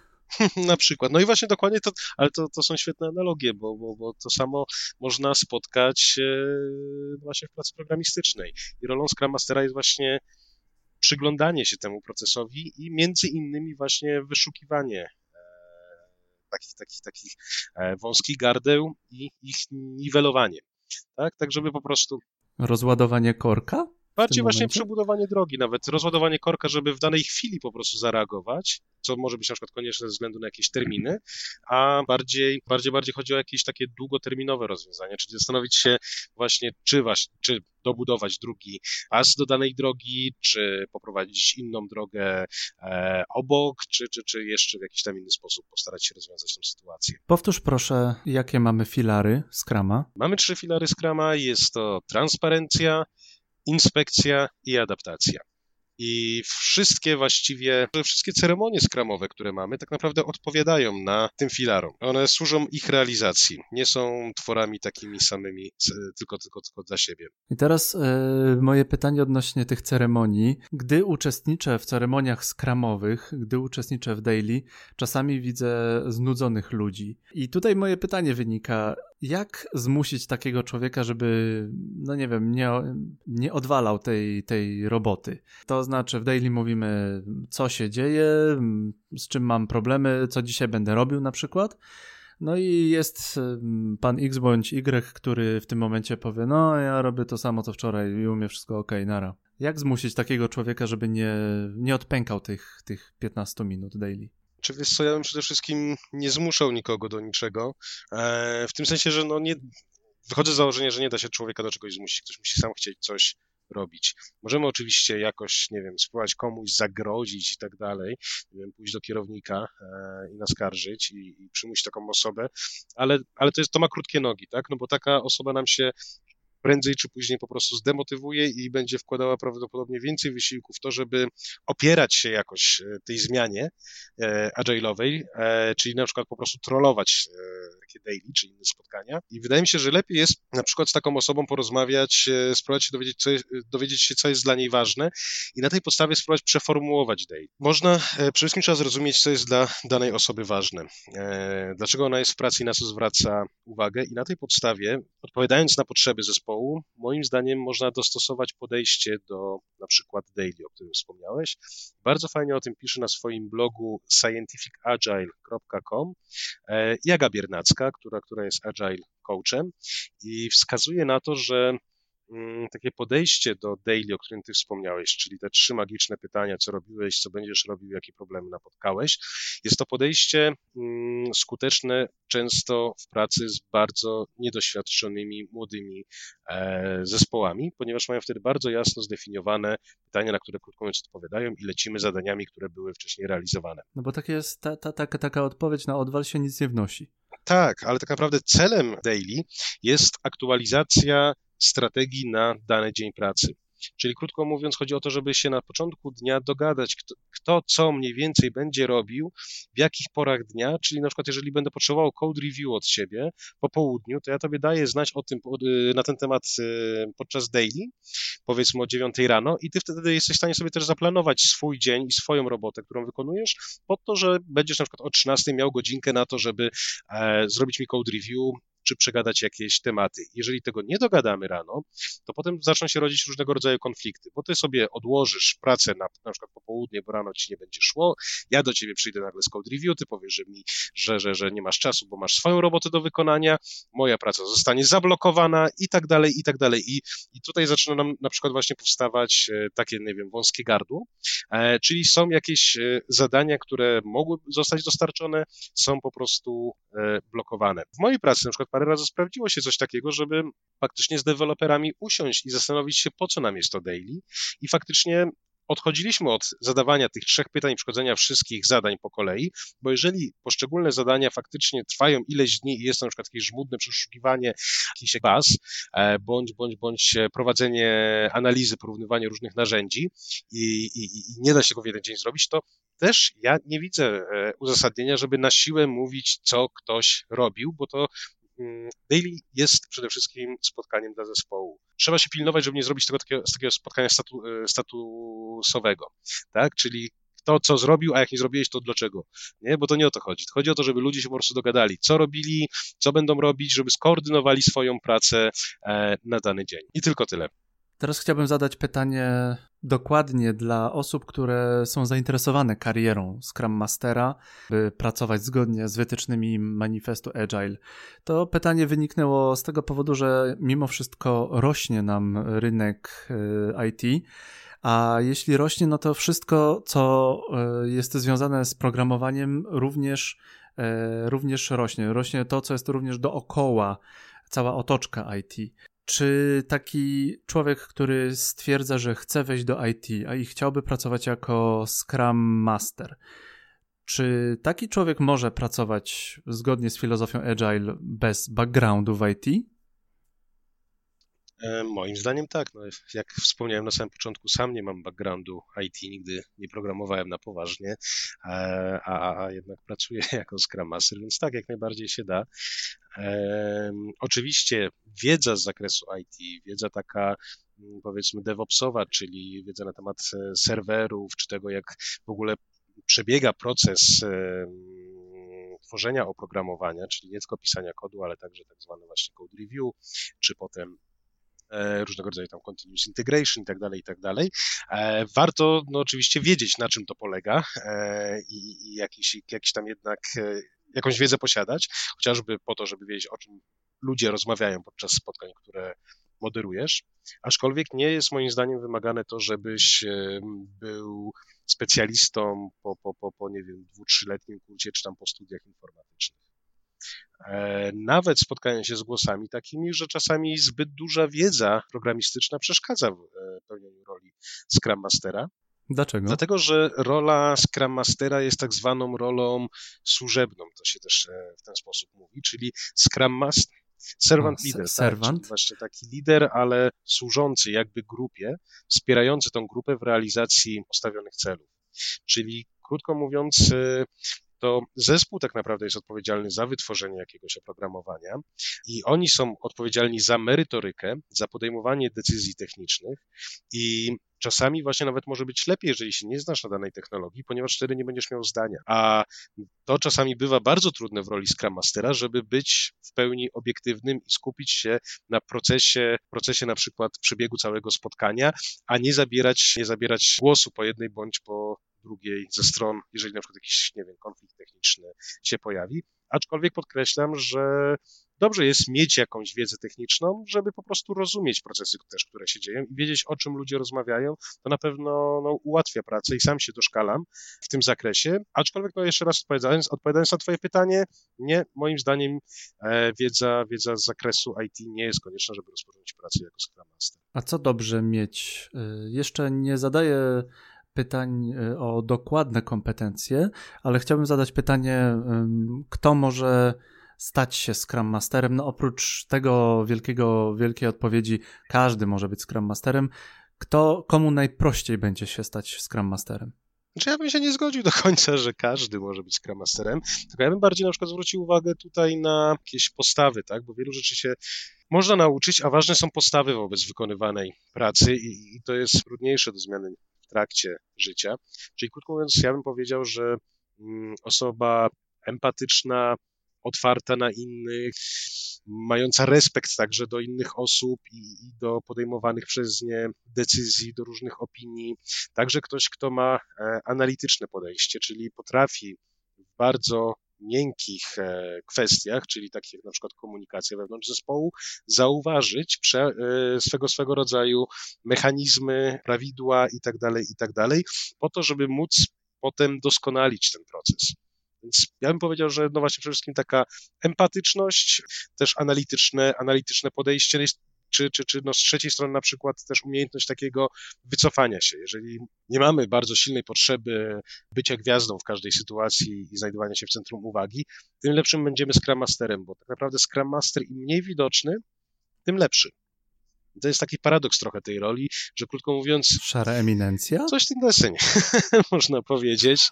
Na przykład. No i właśnie dokładnie to, ale to, to są świetne analogie, bo, bo, bo to samo można spotkać e, właśnie w pracy programistycznej. I rolą Scrum Mastera jest właśnie przyglądanie się temu procesowi i między innymi właśnie wyszukiwanie e, takich, takich, takich e, wąskich gardeł i ich niwelowanie. Tak, tak żeby po prostu... Rozładowanie korka? Bardziej właśnie przebudowanie drogi, nawet rozładowanie korka, żeby w danej chwili po prostu zareagować, co może być na przykład konieczne ze względu na jakieś terminy, a bardziej, bardziej, bardziej chodzi o jakieś takie długoterminowe rozwiązania, czyli zastanowić się właśnie, czy, właśnie, czy dobudować drugi pas do danej drogi, czy poprowadzić inną drogę e, obok, czy, czy, czy jeszcze w jakiś tam inny sposób postarać się rozwiązać tę sytuację. Powtórz proszę, jakie mamy filary Scruma? Mamy trzy filary Scruma, jest to transparencja, inspekcja i adaptacja. I wszystkie właściwie, wszystkie ceremonie skramowe, które mamy, tak naprawdę odpowiadają na tym filarom. One służą ich realizacji. Nie są tworami takimi samymi, tylko, tylko, tylko dla siebie. I teraz e, moje pytanie odnośnie tych ceremonii. Gdy uczestniczę w ceremoniach skramowych, gdy uczestniczę w daily, czasami widzę znudzonych ludzi. I tutaj moje pytanie wynika, jak zmusić takiego człowieka, żeby, no nie wiem, nie, nie odwalał tej, tej roboty? To znaczy w daily mówimy, co się dzieje, z czym mam problemy, co dzisiaj będę robił na przykład. No i jest pan X bądź Y, który w tym momencie powie, no ja robię to samo co wczoraj i u mnie wszystko okej, nara. Jak zmusić takiego człowieka, żeby nie, nie odpękał tych, tych piętnaście minut daily? Czy wiesz co, ja bym przede wszystkim nie zmuszał nikogo do niczego, e, w tym sensie, że no nie, wychodzę z założenia, że nie da się człowieka do czegoś zmusić, ktoś musi sam chcieć coś robić. Możemy oczywiście jakoś, nie wiem, spróbować komuś zagrozić i tak dalej, nie wiem, pójść do kierownika e, i naskarżyć i, i przymusić taką osobę, ale, ale to, jest, to ma krótkie nogi, tak, no bo taka osoba nam się prędzej czy później po prostu zdemotywuje i będzie wkładała prawdopodobnie więcej wysiłku w to, żeby opierać się jakoś tej zmianie e, agile'owej, e, czyli na przykład po prostu trollować e, takie daily czy inne spotkania. I wydaje mi się, że lepiej jest na przykład z taką osobą porozmawiać, e, spróbować się dowiedzieć, co jest, dowiedzieć się, co jest dla niej ważne i na tej podstawie spróbować przeformułować daily. Można, e, przede wszystkim trzeba zrozumieć, co jest dla danej osoby ważne, e, dlaczego ona jest w pracy i na co zwraca uwagę i na tej podstawie, odpowiadając na potrzeby zespołu, moim zdaniem można dostosować podejście do na przykład daily, o którym wspomniałeś. Bardzo fajnie o tym pisze na swoim blogu scientific agile kropka com Jaga Biernacka, która, która jest agile coachem i wskazuje na to, że takie podejście do daily, o którym ty wspomniałeś, czyli te trzy magiczne pytania, co robiłeś, co będziesz robił, jakie problemy napotkałeś, jest to podejście skuteczne często w pracy z bardzo niedoświadczonymi, młodymi zespołami, ponieważ mają wtedy bardzo jasno zdefiniowane pytania, na które krótko mówiąc odpowiadają i lecimy zadaniami, które były wcześniej realizowane. No bo tak jest ta, ta, ta, taka odpowiedź na odwal się nic nie wnosi. Tak, ale tak naprawdę celem daily jest aktualizacja strategii na dany dzień pracy. Czyli krótko mówiąc, chodzi o to, żeby się na początku dnia dogadać, kto, kto co mniej więcej będzie robił, w jakich porach dnia, czyli na przykład jeżeli będę potrzebował code review od ciebie po południu, to ja tobie daję znać o tym, na ten temat podczas daily, powiedzmy o dziewiątej rano i ty wtedy jesteś w stanie sobie też zaplanować swój dzień i swoją robotę, którą wykonujesz, po to, że będziesz na przykład o trzynastej miał godzinkę na to, żeby e, zrobić mi code review, czy przegadać jakieś tematy. Jeżeli tego nie dogadamy rano, to potem zaczną się rodzić różnego rodzaju konflikty, bo ty sobie odłożysz pracę na, na przykład po południe, bo rano ci nie będzie szło, ja do ciebie przyjdę nagle z code review, ty powiesz, że, mi, że, że, że nie masz czasu, bo masz swoją robotę do wykonania, moja praca zostanie zablokowana i tak dalej, i tak dalej. I, i tutaj zaczyna nam na przykład właśnie powstawać e, takie, nie wiem, wąskie gardło, e, czyli są jakieś e, zadania, które mogły zostać dostarczone, są po prostu e, blokowane. W mojej pracy na przykład parę razy sprawdziło się coś takiego, żeby faktycznie z deweloperami usiąść i zastanowić się, po co nam jest to daily i faktycznie odchodziliśmy od zadawania tych trzech pytań, przechodzenia wszystkich zadań po kolei, bo jeżeli poszczególne zadania faktycznie trwają ileś dni i jest to na przykład jakieś żmudne przeszukiwanie jakichś baz, bądź, bądź, bądź prowadzenie analizy, porównywanie różnych narzędzi i, i, i nie da się go w jeden dzień zrobić, to też ja nie widzę uzasadnienia, żeby na siłę mówić, co ktoś robił, bo to daily jest przede wszystkim spotkaniem dla zespołu. Trzeba się pilnować, żeby nie zrobić tego takiego, z takiego spotkania statu, statusowego, tak? Czyli kto co zrobił, a jak nie zrobiłeś, to dlaczego? Nie? Bo to nie o to chodzi. Chodzi o to, żeby ludzie się po prostu dogadali, co robili, co będą robić, żeby skoordynowali swoją pracę na dany dzień. I tylko tyle. Teraz chciałbym zadać pytanie dokładnie dla osób, które są zainteresowane karierą Scrum Mastera, by pracować zgodnie z wytycznymi manifestu Agile. To pytanie wyniknęło z tego powodu, że mimo wszystko rośnie nam rynek I T, a jeśli rośnie, no to wszystko, co jest związane z programowaniem, również, również rośnie. Rośnie to, co jest również dookoła, cała otoczka I T. Czy taki człowiek, który stwierdza, że chce wejść do I T, a i chciałby pracować jako Scrum Master, czy taki człowiek może pracować zgodnie z filozofią Agile bez backgroundu w I T? Moim zdaniem tak. No, jak wspomniałem na samym początku, sam nie mam backgroundu I T, nigdy nie programowałem na poważnie, a, a, a jednak pracuję jako Scrum Master, więc tak, jak najbardziej się da. Um, oczywiście wiedza z zakresu I T, wiedza taka powiedzmy DevOpsowa, czyli wiedza na temat serwerów, czy tego, jak w ogóle przebiega proces um, tworzenia oprogramowania, czyli nie tylko pisania kodu, ale także tak zwane właśnie code review, czy potem różnego rodzaju tam continuous integration i tak dalej, i tak dalej. Warto no oczywiście wiedzieć, na czym to polega i, i jakiś, jakiś tam jednak jakąś wiedzę posiadać, chociażby po to, żeby wiedzieć, o czym ludzie rozmawiają podczas spotkań, które moderujesz, aczkolwiek nie jest moim zdaniem wymagane to, żebyś był specjalistą po, po, po, po nie wiem, dwu, trzyletnim kursie, czy tam po studiach informatycznych. Nawet spotkałem się z głosami takimi, że czasami zbyt duża wiedza programistyczna przeszkadza w pełnieniu roli Scrum Mastera. Dlaczego? Dlatego, że rola Scrum Mastera jest tak zwaną rolą służebną, to się też w ten sposób mówi, czyli Scrum Master, servant o, leader, servant? tak? Czyli właśnie taki lider, ale służący jakby grupie, wspierający tą grupę w realizacji postawionych celów. Czyli krótko mówiąc, to zespół tak naprawdę jest odpowiedzialny za wytworzenie jakiegoś oprogramowania i oni są odpowiedzialni za merytorykę, za podejmowanie decyzji technicznych i czasami właśnie nawet może być lepiej, jeżeli się nie znasz na danej technologii, ponieważ wtedy nie będziesz miał zdania. A to czasami bywa bardzo trudne w roli Scrum Mastera, żeby być w pełni obiektywnym i skupić się na procesie, procesie na przykład przebiegu całego spotkania, a nie zabierać, nie zabierać głosu po jednej bądź po drugiej ze stron, jeżeli na przykład jakiś, nie wiem, konflikt techniczny się pojawi. Aczkolwiek podkreślam, że dobrze jest mieć jakąś wiedzę techniczną, żeby po prostu rozumieć procesy też, które się dzieją i wiedzieć, o czym ludzie rozmawiają. To na pewno no, ułatwia pracę i sam się doszkalam w tym zakresie. Aczkolwiek, no jeszcze raz odpowiadając, odpowiadając na twoje pytanie, nie, moim zdaniem e, wiedza, wiedza z zakresu I T nie jest konieczna, żeby rozpocząć pracę jako Scrum Master. A co dobrze mieć? Jeszcze nie zadaję pytań o dokładne kompetencje, ale chciałbym zadać pytanie, kto może stać się Scrum Masterem? No oprócz tego wielkiego, wielkiej odpowiedzi, każdy może być Scrum Masterem. Kto, komu najprościej będzie się stać Scrum Masterem? Znaczy ja bym się nie zgodził do końca, że każdy może być Scrum Masterem, tylko ja bym bardziej na przykład zwrócił uwagę tutaj na jakieś postawy, tak, bo wielu rzeczy się można nauczyć, a ważne są postawy wobec wykonywanej pracy i, i to jest trudniejsze do zmiany w trakcie życia. Czyli krótko mówiąc, ja bym powiedział, że mm, osoba empatyczna, otwarta na innych, mająca respekt także do innych osób i, i do podejmowanych przez nie decyzji, do różnych opinii. Także ktoś, kto ma e, analityczne podejście, czyli potrafi w bardzo miękkich e, kwestiach, czyli takich jak na przykład komunikacja wewnątrz zespołu, zauważyć prze, e, swego, swego rodzaju mechanizmy, prawidła i tak dalej, i tak dalej, po to, żeby móc potem doskonalić ten proces. Więc ja bym powiedział, że no właśnie przede wszystkim taka empatyczność, też analityczne, analityczne podejście, czy, czy, czy no z trzeciej strony na przykład też umiejętność takiego wycofania się. Jeżeli nie mamy bardzo silnej potrzeby bycia gwiazdą w każdej sytuacji i znajdowania się w centrum uwagi, tym lepszym będziemy Scrum Masterem, bo tak naprawdę Scrum Master im mniej widoczny, tym lepszy. To jest taki paradoks trochę tej roli, że krótko mówiąc... Szara eminencja? Coś w tym desenie, można powiedzieć.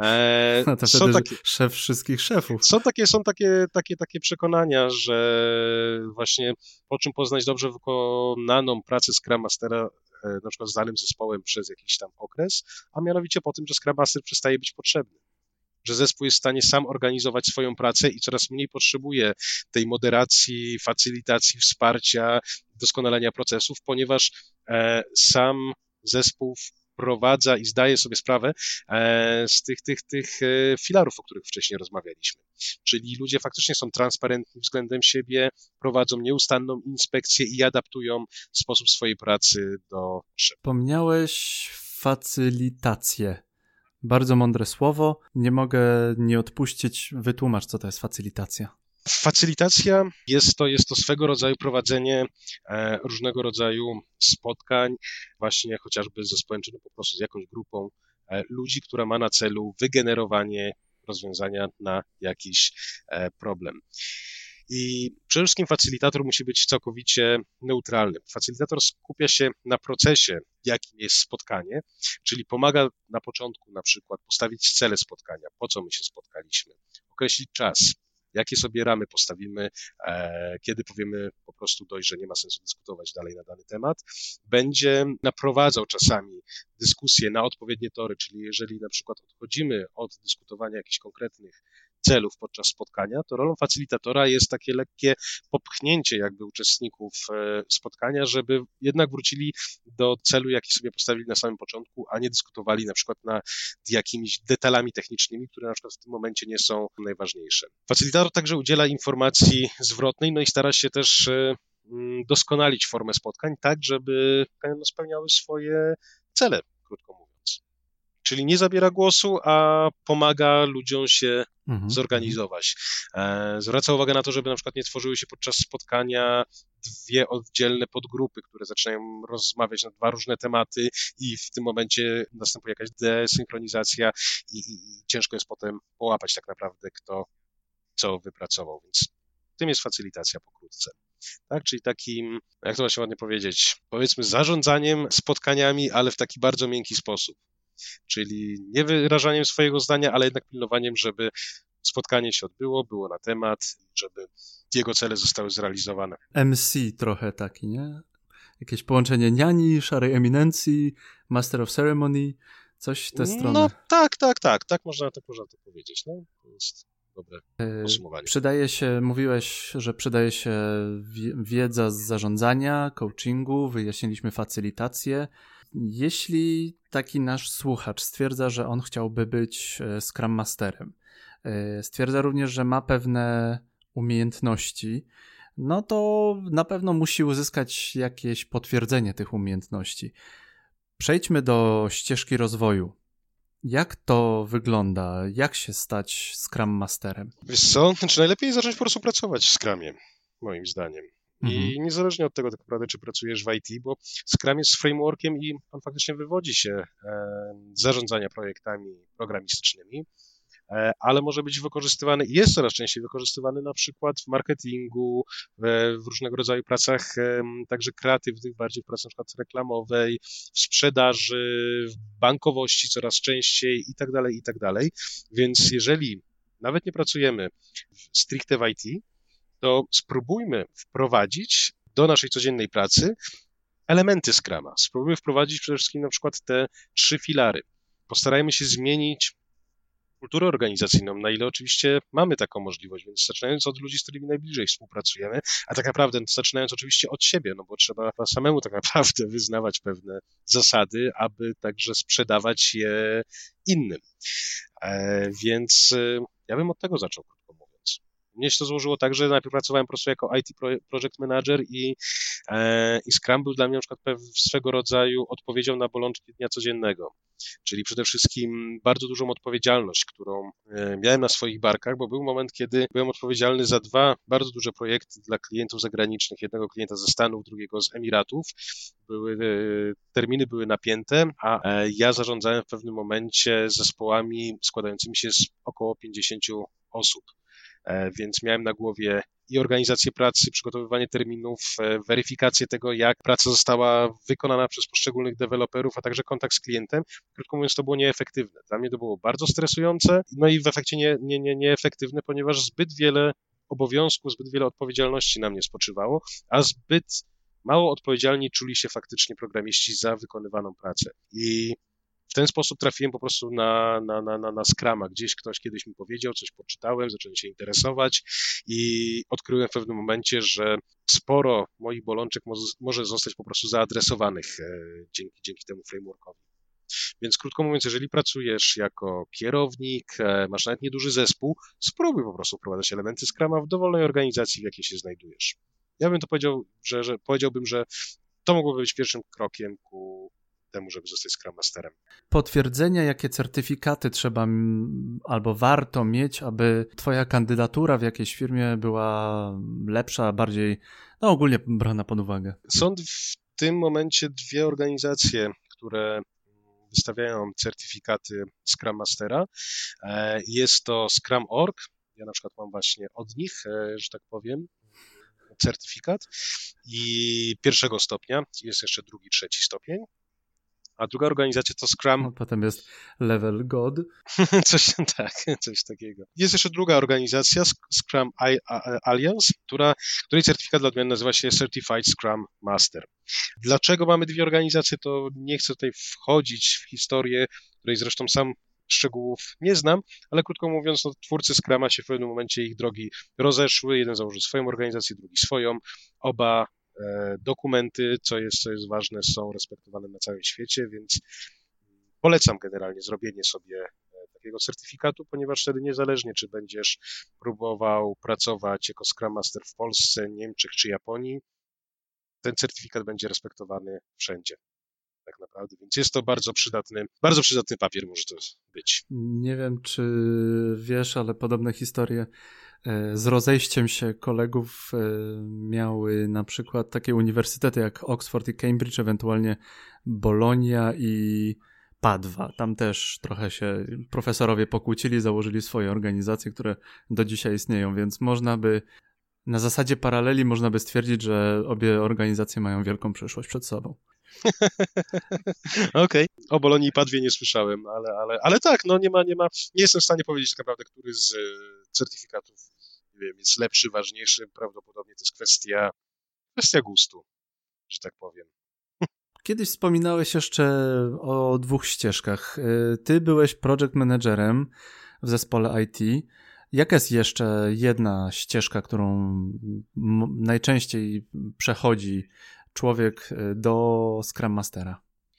E, no to są wtedy takie, szef wszystkich szefów. Są takie, są takie, takie, takie przekonania, że właśnie po czym poznać dobrze wykonaną pracę Scrum Mastera, na przykład z danym zespołem przez jakiś tam okres, a mianowicie po tym, że Scrum Master przestaje być potrzebny. Że zespół jest w stanie sam organizować swoją pracę i coraz mniej potrzebuje tej moderacji, facylitacji, wsparcia, doskonalenia procesów, ponieważ e, sam zespół wprowadza i zdaje sobie sprawę e, z tych, tych, tych e, filarów, o których wcześniej rozmawialiśmy. Czyli ludzie faktycznie są transparentni względem siebie, prowadzą nieustanną inspekcję i adaptują sposób swojej pracy do potrzeb. Wspomniałeś facylitację. Bardzo mądre słowo. Nie mogę nie odpuścić. Wytłumacz, co to jest facylitacja. Facylitacja jest to, jest to swego rodzaju prowadzenie e, różnego rodzaju spotkań, właśnie chociażby z zespołem, czy no po prostu z jakąś grupą e, ludzi, która ma na celu wygenerowanie rozwiązania na jakiś e, problem. I przede wszystkim facylitator musi być całkowicie neutralny. Facylitator skupia się na procesie, jakim jest spotkanie, czyli pomaga na początku na przykład postawić cele spotkania, po co my się spotkaliśmy, określić czas, jakie sobie ramy postawimy, e, kiedy powiemy po prostu dość, że nie ma sensu dyskutować dalej na dany temat. Będzie naprowadzał czasami dyskusję na odpowiednie tory, czyli jeżeli na przykład odchodzimy od dyskutowania jakichś konkretnych celów podczas spotkania, to rolą facylitatora jest takie lekkie popchnięcie jakby uczestników spotkania, żeby jednak wrócili do celu, jaki sobie postawili na samym początku, a nie dyskutowali na przykład nad jakimiś detalami technicznymi, które na przykład w tym momencie nie są najważniejsze. Facylitator także udziela informacji zwrotnej, no i stara się też doskonalić formę spotkań tak, żeby spełniały swoje cele, krótko mówiąc. Czyli nie zabiera głosu, a pomaga ludziom się mhm. zorganizować. E, zwraca uwagę na to, żeby na przykład nie tworzyły się podczas spotkania dwie oddzielne podgrupy, które zaczynają rozmawiać na dwa różne tematy i w tym momencie następuje jakaś desynchronizacja i, i, i ciężko jest potem połapać tak naprawdę, kto co wypracował, więc tym jest facylitacja pokrótce. Tak, czyli takim, jak to właśnie ładnie powiedzieć, powiedzmy zarządzaniem spotkaniami, ale w taki bardzo miękki sposób. Czyli nie wyrażaniem swojego zdania, ale jednak pilnowaniem, żeby spotkanie się odbyło, było na temat, żeby jego cele zostały zrealizowane. M C trochę taki, nie? Jakieś połączenie niani, szarej eminencji, Master of Ceremony, coś w tę stronę. No tak, tak, tak, tak można, tak można to powiedzieć. No, to jest dobre podsumowanie. Przydaje się, mówiłeś, że przydaje się wiedza z zarządzania, coachingu, wyjaśniliśmy facylitację. Jeśli taki nasz słuchacz stwierdza, że on chciałby być Scrum Masterem, stwierdza również, że ma pewne umiejętności, no to na pewno musi uzyskać jakieś potwierdzenie tych umiejętności. Przejdźmy do ścieżki rozwoju. Jak to wygląda? Jak się stać Scrum Masterem? Wiesz co, znaczy najlepiej zacząć po prostu pracować w Scrumie, moim zdaniem. I niezależnie od tego tak naprawdę, czy pracujesz w I T, bo Scrum jest frameworkiem i on faktycznie wywodzi się e, z zarządzania projektami programistycznymi, ale może być wykorzystywany i jest coraz częściej wykorzystywany na przykład w marketingu, w różnego rodzaju pracach także kreatywnych, bardziej w pracy na przykład reklamowej, w sprzedaży, w bankowości coraz częściej i tak dalej, i tak dalej. Więc jeżeli nawet nie pracujemy stricte w I T, to spróbujmy wprowadzić do naszej codziennej pracy elementy Scruma. Spróbujmy wprowadzić przede wszystkim na przykład te trzy filary. Postarajmy się zmienić kulturę organizacyjną, na ile oczywiście mamy taką możliwość, więc zaczynając od ludzi, z którymi najbliżej współpracujemy, a tak naprawdę no, zaczynając oczywiście od siebie, no bo trzeba samemu tak naprawdę wyznawać pewne zasady, aby także sprzedawać je innym. E, więc e, ja bym od tego zaczął, krótko mówiąc. Mnie się to złożyło tak, że najpierw pracowałem po prostu jako I T Project Manager i, e, i Scrum był dla mnie na przykład swego rodzaju odpowiedzią na bolączki dnia codziennego. Czyli przede wszystkim bardzo dużą odpowiedzialność, którą miałem na swoich barkach, bo był moment, kiedy byłem odpowiedzialny za dwa bardzo duże projekty dla klientów zagranicznych, jednego klienta ze Stanów, drugiego z Emiratów. Były, terminy były napięte, a ja zarządzałem w pewnym momencie zespołami składającymi się z około pięćdziesięciu osób. Więc miałem na głowie i organizację pracy, przygotowywanie terminów, weryfikację tego, jak praca została wykonana przez poszczególnych deweloperów, a także kontakt z klientem. Krótko mówiąc, to było nieefektywne. Dla mnie to było bardzo stresujące, no i w efekcie nie, nie, nie, nieefektywne, ponieważ zbyt wiele obowiązków, zbyt wiele odpowiedzialności na mnie spoczywało, a zbyt mało odpowiedzialni czuli się faktycznie programiści za wykonywaną pracę. I w ten sposób trafiłem po prostu na, na, na, na, na Scruma. Gdzieś ktoś kiedyś mi powiedział, coś poczytałem, zacząłem się interesować i odkryłem w pewnym momencie, że sporo moich bolączek może, może zostać po prostu zaadresowanych e, dzięki, dzięki temu frameworkowi. Więc krótko mówiąc, jeżeli pracujesz jako kierownik, e, masz nawet nieduży zespół, spróbuj po prostu wprowadzać elementy Scruma w dowolnej organizacji, w jakiej się znajdujesz. Ja bym to powiedział, że, że powiedziałbym, że to mogłoby być pierwszym krokiem ku temu, żeby zostać Scrum Masterem. Potwierdzenia, jakie certyfikaty trzeba albo warto mieć, aby twoja kandydatura w jakiejś firmie była lepsza, bardziej, no ogólnie brana pod uwagę? Są w tym momencie dwie organizacje, które wystawiają certyfikaty Scrum Mastera. Jest to Scrum kropka org. Ja na przykład mam właśnie od nich, że tak powiem, certyfikat i pierwszego stopnia. Jest jeszcze drugi, trzeci stopień. A druga organizacja to Scrum. No, potem jest Level God. coś, tak, coś takiego. Jest jeszcze druga organizacja, Scrum Alliance, która, której certyfikat dla odmiany nazywa się Certified Scrum Master. Dlaczego mamy dwie organizacje, to nie chcę tutaj wchodzić w historię, której zresztą sam szczegółów nie znam, ale krótko mówiąc, no, twórcy Scruma się w pewnym momencie ich drogi rozeszły. Jeden założył swoją organizację, drugi swoją. Oba dokumenty, co jest, co jest ważne, są respektowane na całym świecie, więc polecam generalnie zrobienie sobie takiego certyfikatu, ponieważ wtedy niezależnie, czy będziesz próbował pracować jako Scrum Master w Polsce, Niemczech czy Japonii, ten certyfikat będzie respektowany wszędzie. Tak naprawdę, więc jest to bardzo przydatny, bardzo przydatny papier może to być. Nie wiem, czy wiesz, ale podobne historie z rozejściem się kolegów miały na przykład takie uniwersytety jak Oxford i Cambridge, ewentualnie Bologna i Padwa. Tam też trochę się profesorowie pokłócili, założyli swoje organizacje, które do dzisiaj istnieją, więc można by na zasadzie paraleli można by stwierdzić, że obie organizacje mają wielką przyszłość przed sobą. Okej. Okay. O Bolonii i Padwie nie słyszałem, ale, ale, ale tak, no nie ma, nie ma, nie jestem w stanie powiedzieć tak naprawdę, który z certyfikatów, nie wiem, jest lepszy, ważniejszy. Prawdopodobnie to jest kwestia, kwestia gustu, że tak powiem. Kiedyś wspominałeś jeszcze o dwóch ścieżkach. Ty byłeś project managerem w zespole I T. Jaka jest jeszcze jedna ścieżka, którą m- najczęściej przechodzi człowiek do Scrum Mastera?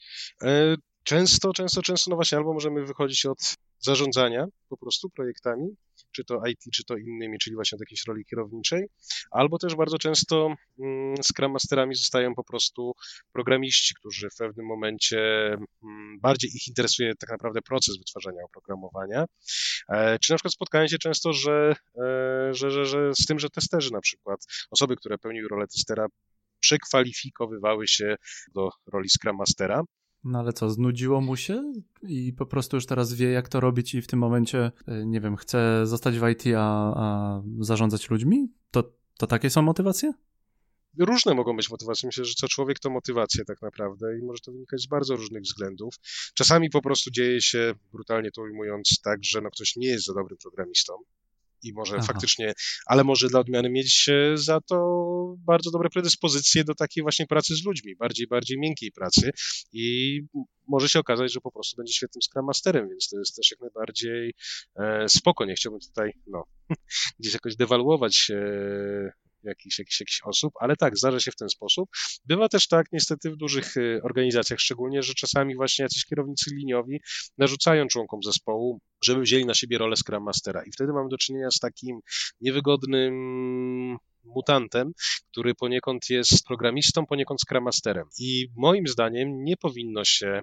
Często, często, często, no właśnie, albo możemy wychodzić od zarządzania po prostu projektami, czy to I T, czy to innymi, czyli właśnie od jakiejś roli kierowniczej, albo też bardzo często mm, Scrum Masterami zostają po prostu programiści, którzy w pewnym momencie mm, bardziej ich interesuje tak naprawdę proces wytwarzania oprogramowania, e, czy na przykład spotkałem się często, że, e, że, że, że z tym, że testerzy na przykład, osoby, które pełniły rolę testera, przekwalifikowywały się do roli Scrum Mastera. No ale co, znudziło mu się i po prostu już teraz wie, jak to robić i w tym momencie, nie wiem, chce zostać w I T, a, a zarządzać ludźmi? To, to takie są motywacje? Różne mogą być motywacje. Myślę, że co człowiek to motywacje tak naprawdę i może to wynikać z bardzo różnych względów. Czasami po prostu dzieje się, brutalnie to ujmując, tak, że no ktoś nie jest za dobrym programistą i może Aha. faktycznie, ale może dla odmiany mieć za to bardzo dobre predyspozycje do takiej właśnie pracy z ludźmi, bardziej, bardziej miękkiej pracy i może się okazać, że po prostu będzie świetnym Scrum Masterem, więc to jest też jak najbardziej e, spoko. Nie chciałbym tutaj, no, gdzieś jakoś dewaluować e, jakichś, jakichś, jakichś osób, ale tak, zdarza się w ten sposób. Bywa też tak niestety w dużych organizacjach szczególnie, że czasami właśnie jacyś kierownicy liniowi narzucają członkom zespołu, żeby wzięli na siebie rolę Scrum Mastera i wtedy mamy do czynienia z takim niewygodnym mutantem, który poniekąd jest programistą, poniekąd Scrum Masterem. I moim zdaniem nie powinno się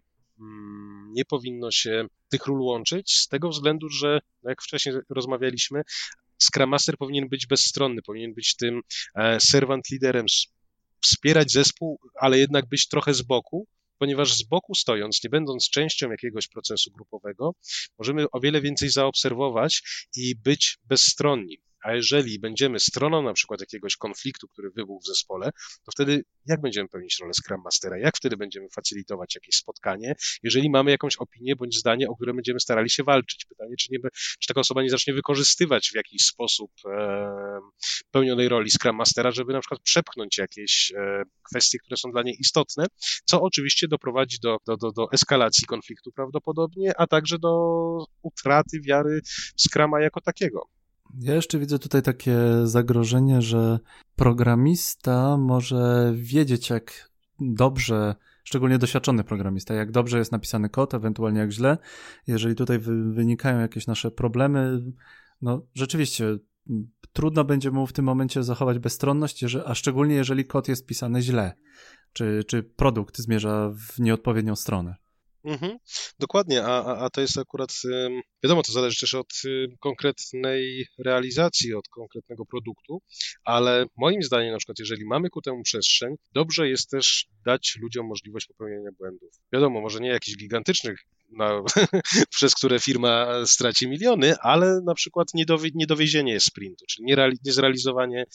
nie powinno się tych ról łączyć z tego względu, że jak wcześniej rozmawialiśmy, Scrum Master powinien być bezstronny, powinien być tym servant liderem, wspierać zespół, ale jednak być trochę z boku, ponieważ z boku stojąc, nie będąc częścią jakiegoś procesu grupowego, możemy o wiele więcej zaobserwować i być bezstronni. A jeżeli będziemy stroną na przykład jakiegoś konfliktu, który wybuchł w zespole, to wtedy jak będziemy pełnić rolę Scrum Mastera? Jak wtedy będziemy facilitować jakieś spotkanie, jeżeli mamy jakąś opinię bądź zdanie, o które będziemy starali się walczyć? Pytanie, czy, nie, czy taka osoba nie zacznie wykorzystywać w jakiś sposób e, pełnionej roli Scrum Mastera, żeby na przykład przepchnąć jakieś e, kwestie, które są dla niej istotne, co oczywiście doprowadzi do, do, do, do eskalacji konfliktu prawdopodobnie, a także do utraty wiary w Scruma jako takiego. Ja jeszcze widzę tutaj takie zagrożenie, że programista może wiedzieć, jak dobrze, szczególnie doświadczony programista, jak dobrze jest napisany kod, ewentualnie jak źle. Jeżeli tutaj wy, wynikają jakieś nasze problemy, no rzeczywiście trudno będzie mu w tym momencie zachować bezstronność, jeżeli, a szczególnie jeżeli kod jest pisany źle, czy, czy produkt zmierza w nieodpowiednią stronę. Mhm, dokładnie, a, a, a to jest akurat, wiadomo, to zależy też od konkretnej realizacji, od konkretnego produktu, ale moim zdaniem na przykład, jeżeli mamy ku temu przestrzeń, dobrze jest też dać ludziom możliwość popełnienia błędów. Wiadomo, może nie jakichś gigantycznych, no, przez które firma straci miliony, ale na przykład niedowie, niedowiezienie sprintu, czyli niereali, niezrealizowanie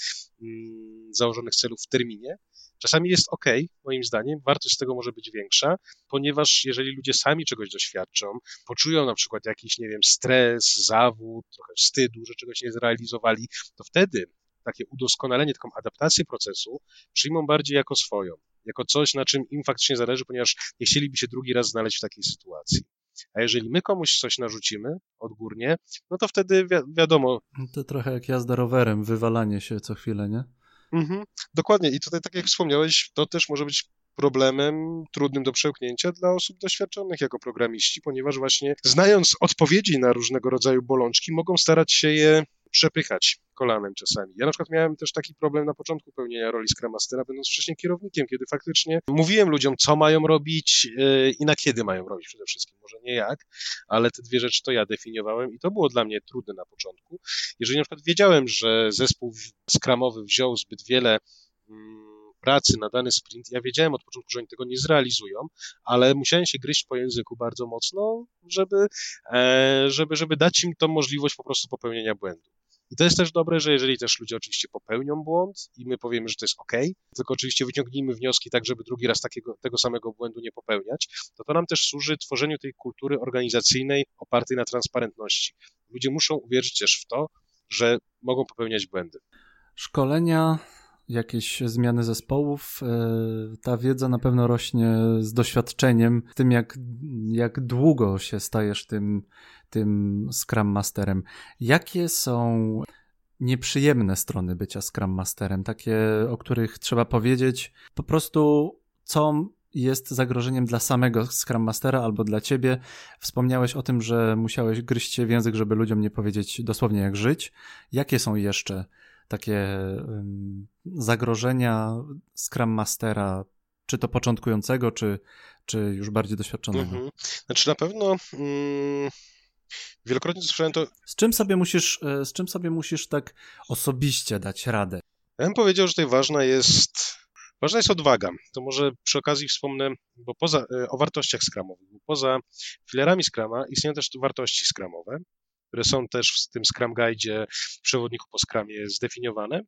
mm, założonych celów w terminie. Czasami jest ok, moim zdaniem, wartość z tego może być większa, ponieważ jeżeli ludzie sami czegoś doświadczą, poczują na przykład jakiś, nie wiem, stres, zawód, trochę wstydu, że czegoś nie zrealizowali, to wtedy takie udoskonalenie, taką adaptację procesu przyjmą bardziej jako swoją, jako coś, na czym im faktycznie zależy, ponieważ nie chcieliby się drugi raz znaleźć w takiej sytuacji. A jeżeli my komuś coś narzucimy odgórnie, no to wtedy wi- wiadomo... To trochę jak jazda rowerem, wywalanie się co chwilę, nie? Mhm, dokładnie. I tutaj, tak jak wspomniałeś, to też może być problemem trudnym do przełknięcia dla osób doświadczonych jako programiści, ponieważ właśnie znając odpowiedzi na różnego rodzaju bolączki, mogą starać się je przepychać kolanem czasami. Ja na przykład miałem też taki problem na początku pełnienia roli Scrum Mastera, będąc wcześniej kierownikiem, kiedy faktycznie mówiłem ludziom, co mają robić yy, i na kiedy mają robić przede wszystkim. Może nie jak, ale te dwie rzeczy to ja definiowałem i to było dla mnie trudne na początku. Jeżeli na przykład wiedziałem, że zespół Scrumowy wziął zbyt wiele mm, pracy na dany sprint, ja wiedziałem od początku, że oni tego nie zrealizują, ale musiałem się gryźć po języku bardzo mocno, żeby, e, żeby, żeby dać im tą możliwość po prostu popełnienia błędu. I to jest też dobre, że jeżeli też ludzie oczywiście popełnią błąd i my powiemy, że to jest ok, tylko oczywiście wyciągnijmy wnioski tak, żeby drugi raz takiego, tego samego błędu nie popełniać, to to nam też służy tworzeniu tej kultury organizacyjnej opartej na transparentności. Ludzie muszą uwierzyć też w to, że mogą popełniać błędy. Szkolenia, jakieś zmiany zespołów, ta wiedza na pewno rośnie z doświadczeniem, z tym jak, jak długo się stajesz tym, tym Scrum Masterem. Jakie są nieprzyjemne strony bycia Scrum Masterem, takie, o których trzeba powiedzieć po prostu, co jest zagrożeniem dla samego Scrum Mastera albo dla ciebie? Wspomniałeś o tym, że musiałeś gryźć się w język, żeby ludziom nie powiedzieć dosłownie jak żyć. Jakie są jeszcze takie um, zagrożenia Scrum Mastera, czy to początkującego, czy, czy już bardziej doświadczonego? Mhm. Znaczy na pewno mm, wielokrotnie słyszałem to... Z czym sobie musisz, z czym sobie musisz tak osobiście dać radę? Ja bym powiedział, że tutaj ważna jest Ważna jest odwaga. To może przy okazji wspomnę, bo poza, o wartościach skramowych, bo poza filarami Scrama istnieją też wartości skramowe, które są też w tym Scrum Guide'zie, w przewodniku po Scrumie zdefiniowane.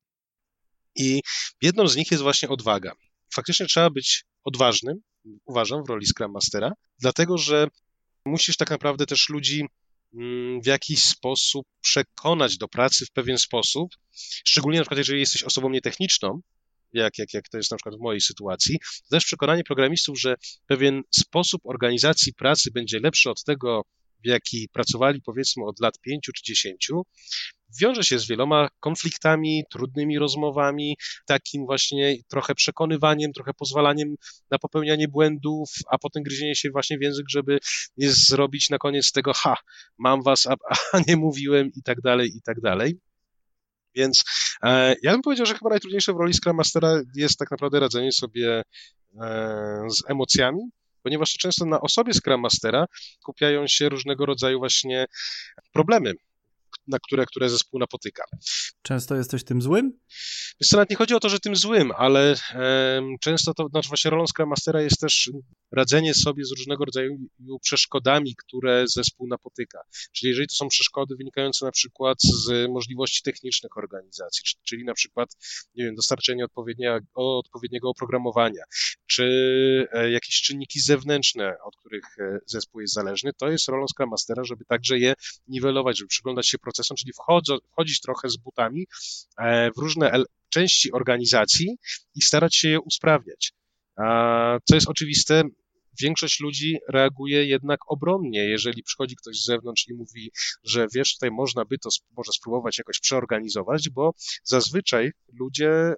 I jedną z nich jest właśnie odwaga. Faktycznie trzeba być odważnym, uważam, w roli Scrum Mastera, dlatego że musisz tak naprawdę też ludzi w jakiś sposób przekonać do pracy w pewien sposób, szczególnie na przykład jeżeli jesteś osobą nietechniczną, jak, jak, jak to jest na przykład w mojej sytuacji, to też przekonanie programistów, że pewien sposób organizacji pracy będzie lepszy od tego, w jaki pracowali powiedzmy od lat pięciu czy dziesięciu, wiąże się z wieloma konfliktami, trudnymi rozmowami, takim właśnie trochę przekonywaniem, trochę pozwalaniem na popełnianie błędów, a potem gryzienie się właśnie w język, żeby nie zrobić na koniec tego, ha, mam was, a, a nie mówiłem i tak dalej, i tak dalej. Więc e, ja bym powiedział, że chyba najtrudniejsze w roli Scrum Mastera jest tak naprawdę radzenie sobie e, z emocjami, ponieważ często na osobie Scrum Mastera skupiają się różnego rodzaju właśnie problemy, na które, które zespół napotyka. Często jesteś tym złym? Wiesz co, nawet nie chodzi o to, że tym złym, ale um, często to, znaczy właśnie rolą Scrum Mastera jest też radzenie sobie z różnego rodzaju przeszkodami, które zespół napotyka. Czyli jeżeli to są przeszkody wynikające na przykład z możliwości technicznych organizacji, czyli na przykład, nie wiem, dostarczenie odpowiednia, odpowiedniego oprogramowania, czy jakieś czynniki zewnętrzne, od których zespół jest zależny, to jest rolą Scrum Mastera, żeby także je niwelować, żeby przyglądać się procesom, czyli wchodzo, wchodzić trochę z butami w różne części organizacji i starać się je usprawniać. Co jest oczywiste, większość ludzi reaguje jednak obronnie, jeżeli przychodzi ktoś z zewnątrz i mówi, że wiesz, tutaj można by to może spróbować jakoś przeorganizować, bo zazwyczaj ludzie e,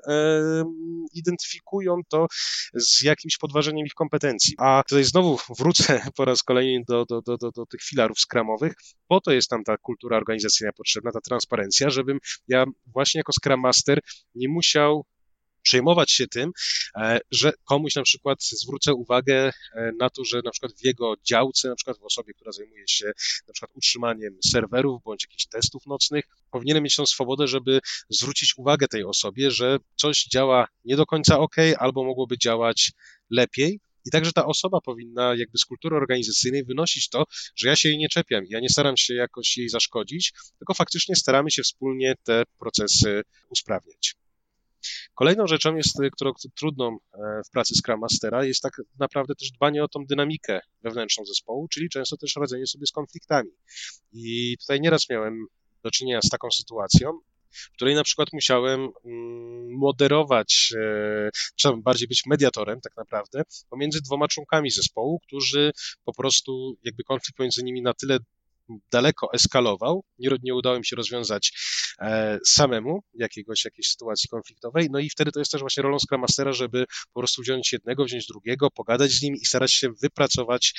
identyfikują to z jakimś podważeniem ich kompetencji. A tutaj znowu wrócę po raz kolejny do, do, do, do, do tych filarów skramowych, po to jest tam ta kultura organizacyjna potrzebna, ta transparencja, żebym ja właśnie jako Scrum Master nie musiał przejmować się tym, że komuś na przykład zwrócę uwagę na to, że na przykład w jego działce, na przykład w osobie, która zajmuje się na przykład utrzymaniem serwerów bądź jakichś testów nocnych, powinienem mieć tą swobodę, żeby zwrócić uwagę tej osobie, że coś działa nie do końca ok, albo mogłoby działać lepiej. I także ta osoba powinna jakby z kultury organizacyjnej wynosić to, że ja się jej nie czepiam, ja nie staram się jakoś jej zaszkodzić, tylko faktycznie staramy się wspólnie te procesy usprawniać. Kolejną rzeczą, jest, którą trudną w pracy Scrum Mastera, jest tak naprawdę też dbanie o tą dynamikę wewnętrzną zespołu, czyli często też radzenie sobie z konfliktami. I tutaj nieraz miałem do czynienia z taką sytuacją, w której na przykład musiałem moderować, trzeba bardziej być mediatorem tak naprawdę, pomiędzy dwoma członkami zespołu, którzy po prostu jakby konflikt pomiędzy nimi na tyle daleko eskalował, nie, nie udało mi się rozwiązać e, samemu jakiegoś, jakiejś sytuacji konfliktowej, no i wtedy to jest też właśnie rolą Scrum Mastera, żeby po prostu wziąć jednego, wziąć drugiego, pogadać z nim i starać się wypracować,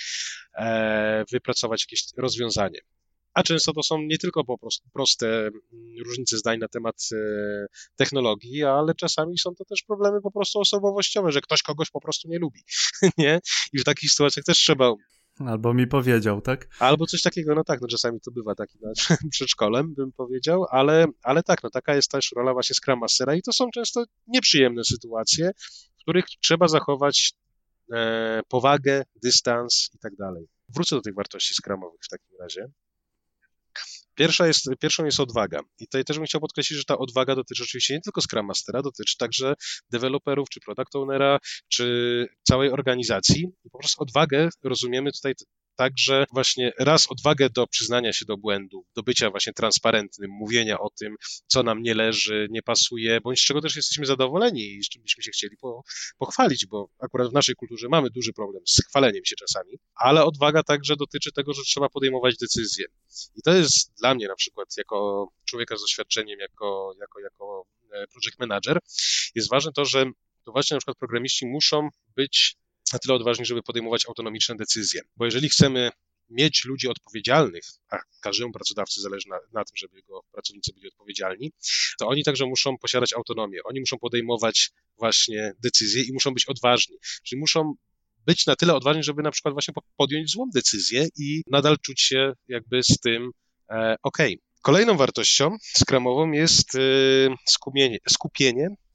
e, wypracować jakieś rozwiązanie. A często to są nie tylko po prostu proste różnice zdań na temat e, technologii, ale czasami są to też problemy po prostu osobowościowe, że ktoś kogoś po prostu nie lubi, nie? I w takich sytuacjach też trzeba... Albo mi powiedział, tak? Albo coś takiego, no tak, no czasami to bywa taki no, przed szkolem, bym powiedział, ale, ale tak, no taka jest też rola właśnie Scrum Mastera i to są często nieprzyjemne sytuacje, w których trzeba zachować e, powagę, dystans i tak dalej. Wrócę do tych wartości scrumowych w takim razie. Pierwsza jest, pierwszą jest odwaga. I tutaj też bym chciał podkreślić, że ta odwaga dotyczy oczywiście nie tylko Scrum Mastera, dotyczy także deweloperów, czy product ownera, czy całej organizacji. I po prostu odwagę rozumiemy tutaj także właśnie raz odwagę do przyznania się do błędu, do bycia właśnie transparentnym, mówienia o tym, co nam nie leży, nie pasuje, bądź z czego też jesteśmy zadowoleni i z czym byśmy się chcieli po, pochwalić, bo akurat w naszej kulturze mamy duży problem z chwaleniem się czasami, ale odwaga także dotyczy tego, że trzeba podejmować decyzje. I to jest dla mnie na przykład jako człowieka z doświadczeniem, jako, jako, jako project manager, jest ważne to, że to właśnie na przykład programiści muszą być na tyle odważni, żeby podejmować autonomiczne decyzje. Bo jeżeli chcemy mieć ludzi odpowiedzialnych, a każdemu pracodawcy zależy na, na tym, żeby jego pracownicy byli odpowiedzialni, to oni także muszą posiadać autonomię. Oni muszą podejmować właśnie decyzje i muszą być odważni. Czyli muszą być na tyle odważni, żeby na przykład właśnie podjąć złą decyzję i nadal czuć się jakby z tym e, okej. Okay. Kolejną wartością scrumową jest e, skupienie, skupienie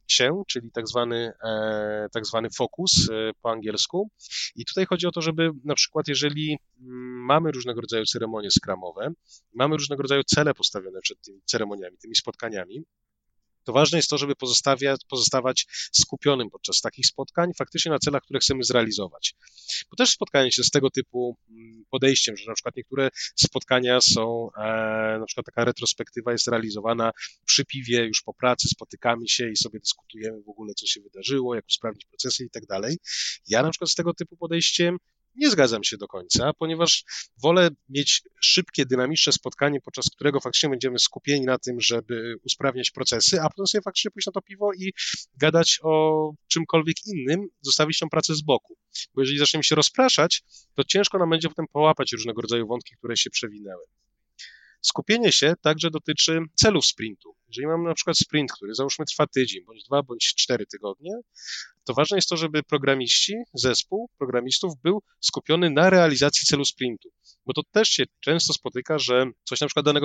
się, czyli tak zwany, e, tak zwany focus e, po angielsku. I tutaj chodzi o to, żeby na przykład, jeżeli mm, mamy różnego rodzaju ceremonie skramowe, mamy różnego rodzaju cele postawione przed tymi ceremoniami, tymi spotkaniami, to ważne jest to, żeby pozostawać skupionym podczas takich spotkań faktycznie na celach, które chcemy zrealizować. Bo też spotkają się z tego typu podejściem, że na przykład niektóre spotkania są, e, na przykład taka retrospektywa jest realizowana przy piwie, już po pracy, spotykamy się i sobie dyskutujemy w ogóle, co się wydarzyło, jak usprawnić procesy i tak dalej. Ja na przykład z tego typu podejściem nie zgadzam się do końca, ponieważ wolę mieć szybkie, dynamiczne spotkanie, podczas którego faktycznie będziemy skupieni na tym, żeby usprawniać procesy, a potem sobie faktycznie pójść na to piwo i gadać o czymkolwiek innym, zostawić tą pracę z boku. Bo jeżeli zaczniemy się rozpraszać, to ciężko nam będzie potem połapać różnego rodzaju wątki, które się przewinęły. Skupienie się także dotyczy celów sprintu. Jeżeli mamy na przykład sprint, który załóżmy trwa tydzień, bądź dwa, bądź cztery tygodnie, to ważne jest to, żeby programiści, zespół programistów był skupiony na realizacji celu sprintu. Bo to też się często spotyka, że coś na przykład danego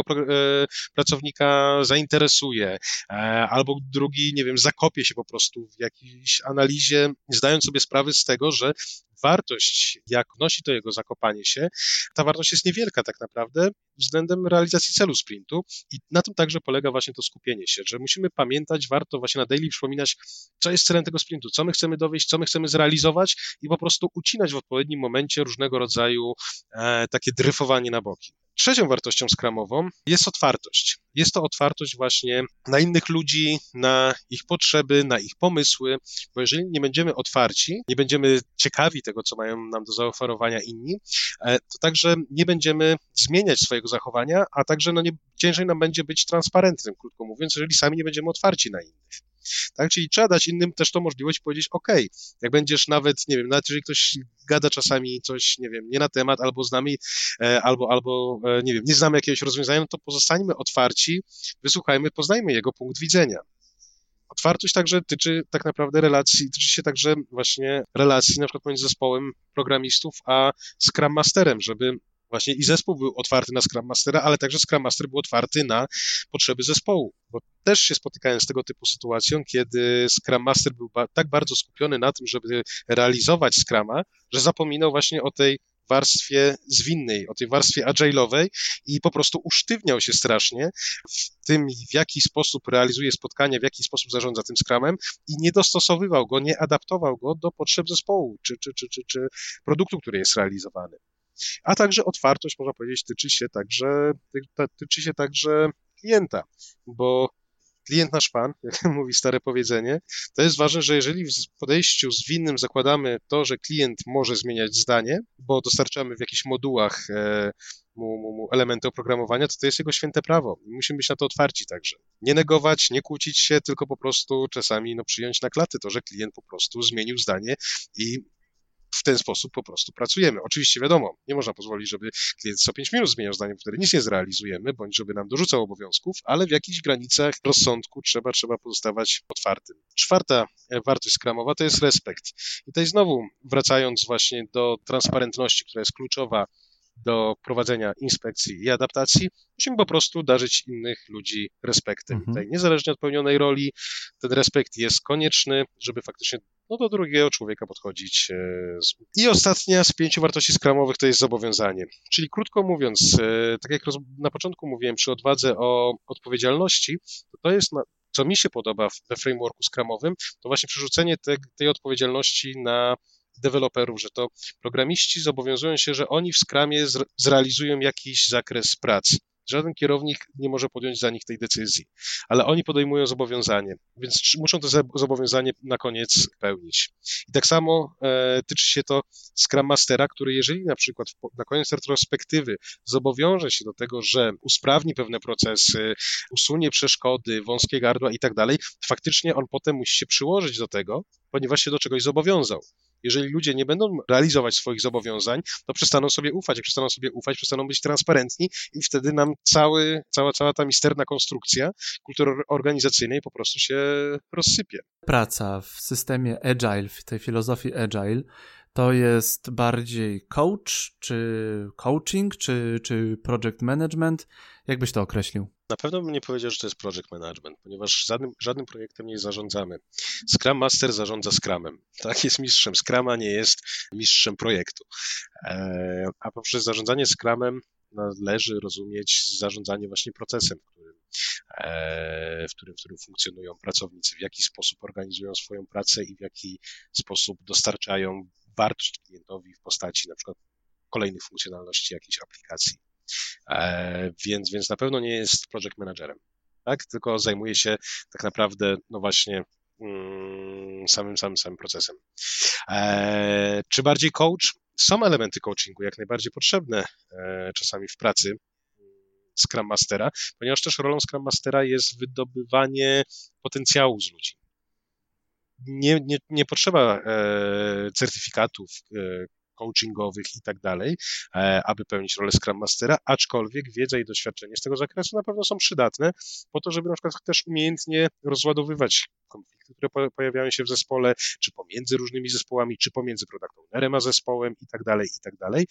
pracownika zainteresuje, albo drugi, nie wiem, zakopie się po prostu w jakiejś analizie, zdając sobie sprawę z tego, że wartość, jak wnosi to jego zakopanie się, ta wartość jest niewielka tak naprawdę względem realizacji celu sprintu i na tym także polega właśnie to skupienie się, że musimy pamiętać, warto właśnie na daily przypominać, co jest celem tego sprintu, co my chcemy dowieść, co my chcemy zrealizować i po prostu ucinać w odpowiednim momencie różnego rodzaju e, takie dryfowanie na boki. Trzecią wartością skramową jest otwartość. Jest to otwartość właśnie na innych ludzi, na ich potrzeby, na ich pomysły, bo jeżeli nie będziemy otwarci, nie będziemy ciekawi tego, co mają nam do zaoferowania inni, to także nie będziemy zmieniać swojego zachowania, a także no nie, ciężej nam będzie być transparentnym, krótko mówiąc, jeżeli sami nie będziemy otwarci na innych. Tak, czyli trzeba dać innym też tą możliwość powiedzieć, ok, jak będziesz nawet, nie wiem, nawet jeżeli ktoś gada czasami coś, nie wiem, nie na temat, albo znamy, e, albo, albo e, nie wiem, nie znamy jakiegoś rozwiązania, no to pozostańmy otwarci, wysłuchajmy, poznajmy jego punkt widzenia. Otwartość także tyczy tak naprawdę relacji, tyczy się także właśnie relacji na przykład pomiędzy zespołem programistów a Scrum Masterem, żeby właśnie i zespół był otwarty na Scrum Mastera, ale także Scrum Master był otwarty na potrzeby zespołu, bo też się spotykałem z tego typu sytuacją, kiedy Scrum Master był ba- tak bardzo skupiony na tym, żeby realizować Scruma, że zapominał właśnie o tej warstwie zwinnej, o tej warstwie agile'owej i po prostu usztywniał się strasznie w tym, w jaki sposób realizuje spotkania, w jaki sposób zarządza tym Scrumem i nie dostosowywał go, nie adaptował go do potrzeb zespołu czy, czy, czy, czy, czy produktu, który jest realizowany. A także otwartość, można powiedzieć, tyczy się także, tyczy się także klienta, bo klient nasz pan, jak mówi stare powiedzenie, to jest ważne, że jeżeli w podejściu zwinnym zakładamy to, że klient może zmieniać zdanie, bo dostarczamy w jakichś modułach e, mu, mu, mu elementy oprogramowania, to to jest jego święte prawo i musimy być na to otwarci także. Nie negować, nie kłócić się, tylko po prostu czasami no, przyjąć na klatę to, że klient po prostu zmienił zdanie i w ten sposób po prostu pracujemy. Oczywiście wiadomo, nie można pozwolić, żeby klient co pięć minut zmieniał zdanie, wtedy nic nie zrealizujemy, bądź żeby nam dorzucał obowiązków, ale w jakichś granicach rozsądku trzeba, trzeba pozostawać otwartym. Czwarta wartość skramowa to jest respekt. I tutaj znowu wracając właśnie do transparentności, która jest kluczowa do prowadzenia inspekcji i adaptacji, musimy po prostu darzyć innych ludzi respektem. Mhm. Tutaj niezależnie od pełnionej roli, ten respekt jest konieczny, żeby faktycznie no, do drugiego człowieka podchodzić. I ostatnia z pięciu wartości skramowych to jest zobowiązanie. Czyli krótko mówiąc, tak jak na początku mówiłem przy odwadze o odpowiedzialności, to, to jest, co mi się podoba we frameworku skramowym, to właśnie przerzucenie te, tej odpowiedzialności na deweloperów, że to programiści zobowiązują się, że oni w Scrumie zrealizują jakiś zakres pracy. Żaden kierownik nie może podjąć za nich tej decyzji, ale oni podejmują zobowiązanie, więc muszą to zobowiązanie na koniec pełnić. I tak samo e, tyczy się to Scrum Mastera, który jeżeli na przykład w, na koniec retrospektywy zobowiąże się do tego, że usprawni pewne procesy, usunie przeszkody, wąskie gardła i tak dalej, faktycznie on potem musi się przyłożyć do tego, ponieważ się do czegoś zobowiązał. Jeżeli ludzie nie będą realizować swoich zobowiązań, to przestaną sobie ufać. Jak przestaną sobie ufać, przestaną być transparentni i wtedy nam cały, cała, cała ta misterna konstrukcja kultury organizacyjnej po prostu się rozsypie. Praca w systemie Agile, w tej filozofii Agile, to jest bardziej coach, czy coaching, czy, czy project management? Jak byś to określił? Na pewno bym nie powiedział, że to jest project management, ponieważ żadnym, żadnym projektem nie zarządzamy. Scrum Master zarządza Scrumem. Tak, jest mistrzem Scruma, nie jest mistrzem projektu. E, a poprzez zarządzanie Scrumem należy rozumieć zarządzanie właśnie procesem, w którym, e, w którym, w którym funkcjonują pracownicy, w jaki sposób organizują swoją pracę i w jaki sposób dostarczają wartość klientowi w postaci na przykład kolejnych funkcjonalności jakiejś aplikacji. E, więc, więc na pewno nie jest project managerem, tak? Tylko zajmuje się tak naprawdę, no właśnie, mm, samym, samym, samym procesem. E, czy bardziej coach? Są elementy coachingu jak najbardziej potrzebne e, czasami w pracy Scrum Mastera, ponieważ też rolą Scrum Mastera jest wydobywanie potencjału z ludzi. Nie, nie, nie potrzeba e, certyfikatów e, coachingowych i tak dalej, aby pełnić rolę Scrum Mastera, aczkolwiek wiedza i doświadczenie z tego zakresu na pewno są przydatne po to, żeby na przykład też umiejętnie rozładowywać konflikty, które pojawiają się w zespole, czy pomiędzy różnymi zespołami, czy pomiędzy product ownerem a zespołem i tak dalej, i tak dalej.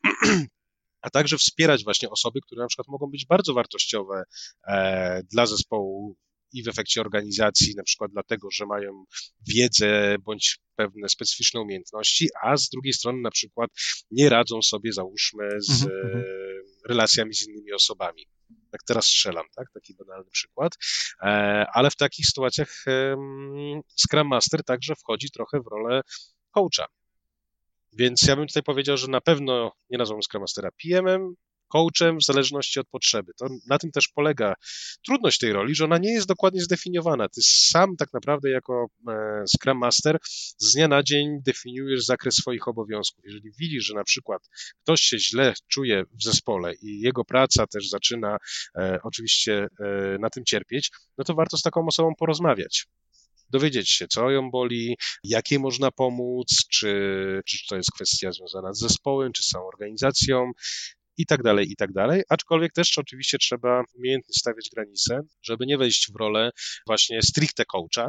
A także wspierać właśnie osoby, które na przykład mogą być bardzo wartościowe e, dla zespołu i w efekcie organizacji, na przykład dlatego, że mają wiedzę bądź pewne specyficzne umiejętności, a z drugiej strony na przykład nie radzą sobie, załóżmy, z mm-hmm. relacjami z innymi osobami. Tak teraz strzelam, tak? Taki banalny przykład. E, ale w takich sytuacjach e, Scrum Master także wchodzi trochę w rolę coacha. Więc ja bym tutaj powiedział, że na pewno nie nazwałbym Scrum Mastera P M-em, coachem w zależności od potrzeby. To na tym też polega trudność tej roli, że ona nie jest dokładnie zdefiniowana. Ty sam tak naprawdę jako Scrum Master z dnia na dzień definiujesz zakres swoich obowiązków. Jeżeli widzisz, że na przykład ktoś się źle czuje w zespole i jego praca też zaczyna e, oczywiście e, na tym cierpieć, no to warto z taką osobą porozmawiać. Dowiedzieć się, co ją boli, jakiej można pomóc, czy, czy to jest kwestia związana z zespołem, czy z całą organizacją i tak dalej, i tak dalej. Aczkolwiek też oczywiście trzeba umiejętnie stawiać granice, żeby nie wejść w rolę właśnie stricte coacha,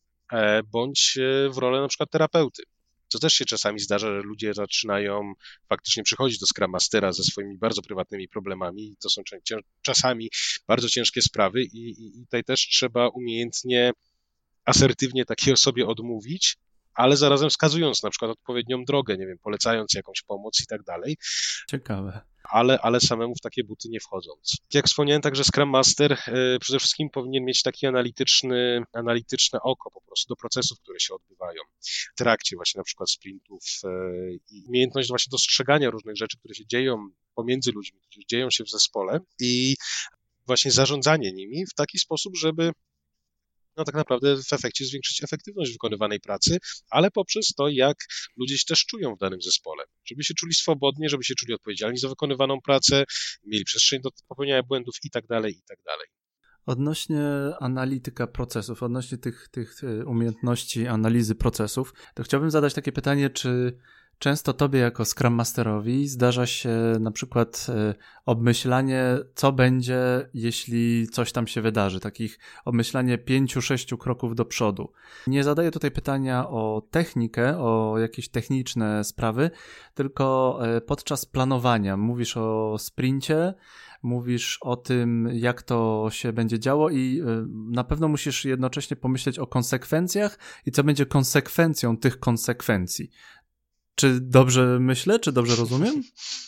bądź w rolę na przykład terapeuty. Co też się czasami zdarza, że ludzie zaczynają faktycznie przychodzić do Scrum Mastera ze swoimi bardzo prywatnymi problemami. To są czasami bardzo ciężkie sprawy i, i tutaj też trzeba umiejętnie asertywnie takiej osobie odmówić, ale zarazem wskazując na przykład odpowiednią drogę, nie wiem, polecając jakąś pomoc i tak dalej. Ciekawe. Ale, ale samemu w takie buty nie wchodząc. Jak wspomniałem, także Scrum Master y, przede wszystkim powinien mieć taki analityczny, analityczne oko po prostu do procesów, które się odbywają w trakcie właśnie na przykład sprintów y, i umiejętność właśnie dostrzegania różnych rzeczy, które się dzieją pomiędzy ludźmi, które dzieją się w zespole i właśnie zarządzanie nimi w taki sposób, żeby no tak naprawdę w efekcie zwiększyć efektywność wykonywanej pracy, ale poprzez to, jak ludzie się też czują w danym zespole. Żeby się czuli swobodnie, żeby się czuli odpowiedzialni za wykonywaną pracę, mieli przestrzeń do popełniania błędów i tak dalej, i tak dalej. Odnośnie analityka procesów, odnośnie tych, tych umiejętności analizy procesów, to chciałbym zadać takie pytanie, czy często tobie jako Scrum Masterowi zdarza się na przykład obmyślanie, co będzie, jeśli coś tam się wydarzy, takich obmyślanie pięciu, sześciu kroków do przodu. Nie zadaję tutaj pytania o technikę, o jakieś techniczne sprawy, tylko podczas planowania. Mówisz o sprincie, mówisz o tym, jak to się będzie działo i na pewno musisz jednocześnie pomyśleć o konsekwencjach i co będzie konsekwencją tych konsekwencji. Czy dobrze myślę, czy dobrze rozumiem?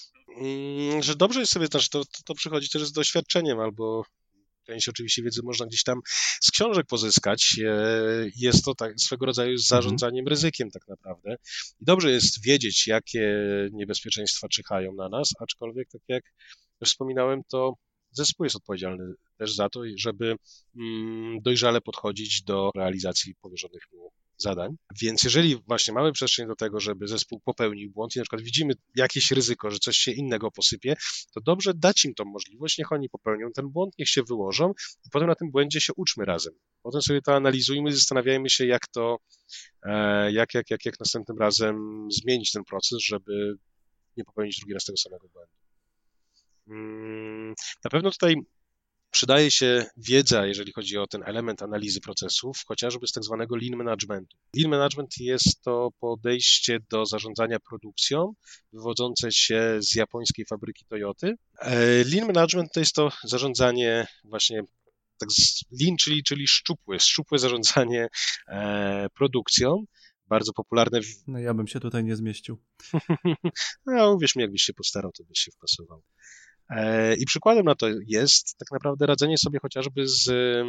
Że dobrze jest sobie, znaczy to, to, to przychodzi też z doświadczeniem, albo część oczywiście wiedzy można gdzieś tam z książek pozyskać. Jest to tak swego rodzaju zarządzaniem mhm. ryzykiem tak naprawdę. I dobrze jest wiedzieć, jakie niebezpieczeństwa czyhają na nas, aczkolwiek tak jak już wspominałem, to zespół jest odpowiedzialny też za to, żeby dojrzale podchodzić do realizacji powierzonych mu zadań. Więc jeżeli właśnie mamy przestrzeń do tego, żeby zespół popełnił błąd i na przykład widzimy jakieś ryzyko, że coś się innego posypie, to dobrze dać im tą możliwość, niech oni popełnią ten błąd, niech się wyłożą i potem na tym błędzie się uczmy razem. Potem sobie to analizujmy i zastanawiajmy się, jak to, jak, jak, jak, jak następnym razem zmienić ten proces, żeby nie popełnić drugi raz tego samego błędu. Na pewno tutaj przydaje się wiedza, jeżeli chodzi o ten element analizy procesów, chociażby z tak zwanego lean managementu. Lean management jest to podejście do zarządzania produkcją, wywodzące się z japońskiej fabryki Toyoty. Lean management to jest to zarządzanie właśnie, tak lean, czyli, czyli szczupłe, szczupłe zarządzanie e, produkcją, bardzo popularne. W... No ja bym się tutaj nie zmieścił. No uwierz mi, jakbyś się postarał, to byś się wpasował. I przykładem na to jest tak naprawdę radzenie sobie chociażby z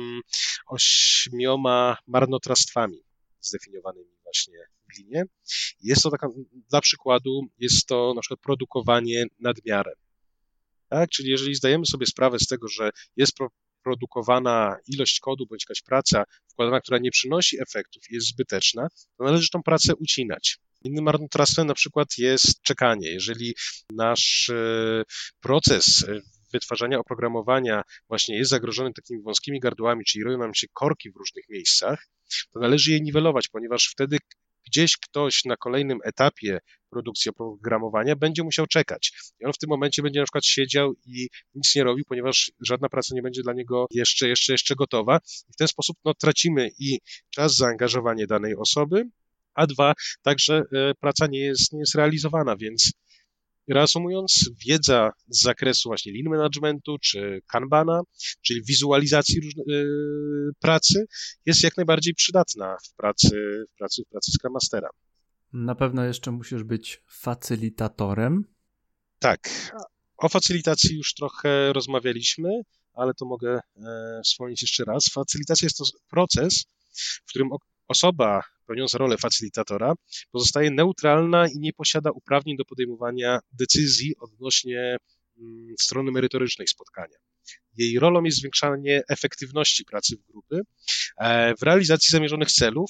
ośmioma marnotrawstwami zdefiniowanymi właśnie w linie. Jest to taka, dla przykładu, jest to na przykład produkowanie nadmiarem. Tak? Czyli jeżeli zdajemy sobie sprawę z tego, że jest pro, produkowana ilość kodu bądź jakaś praca wkładana, która nie przynosi efektów i jest zbyteczna, to należy tą pracę ucinać. Innym marnotrawstwem na przykład jest czekanie. Jeżeli nasz proces wytwarzania oprogramowania właśnie jest zagrożony takimi wąskimi gardłami, czyli robią nam się korki w różnych miejscach, to należy je niwelować, ponieważ wtedy gdzieś ktoś na kolejnym etapie produkcji oprogramowania będzie musiał czekać. I on w tym momencie będzie na przykład siedział i nic nie robił, ponieważ żadna praca nie będzie dla niego jeszcze, jeszcze, jeszcze gotowa. I w ten sposób no, tracimy i czas, zaangażowanie danej osoby, a dwa, także praca nie jest, nie jest realizowana, więc reasumując, wiedza z zakresu właśnie lean managementu czy kanbana, czyli wizualizacji yy, pracy, jest jak najbardziej przydatna w pracy, w pracy, w pracy Scrum Mastera. Na pewno jeszcze musisz być facylitatorem. Tak, o facylitacji już trochę rozmawialiśmy, ale to mogę e, wspomnieć jeszcze raz. Facylitacja jest to proces, w którym osoba pełniąca rolę facylitatora pozostaje neutralna i nie posiada uprawnień do podejmowania decyzji odnośnie mm, strony merytorycznej spotkania. Jej rolą jest zwiększanie efektywności pracy w grupy e, w realizacji zamierzonych celów.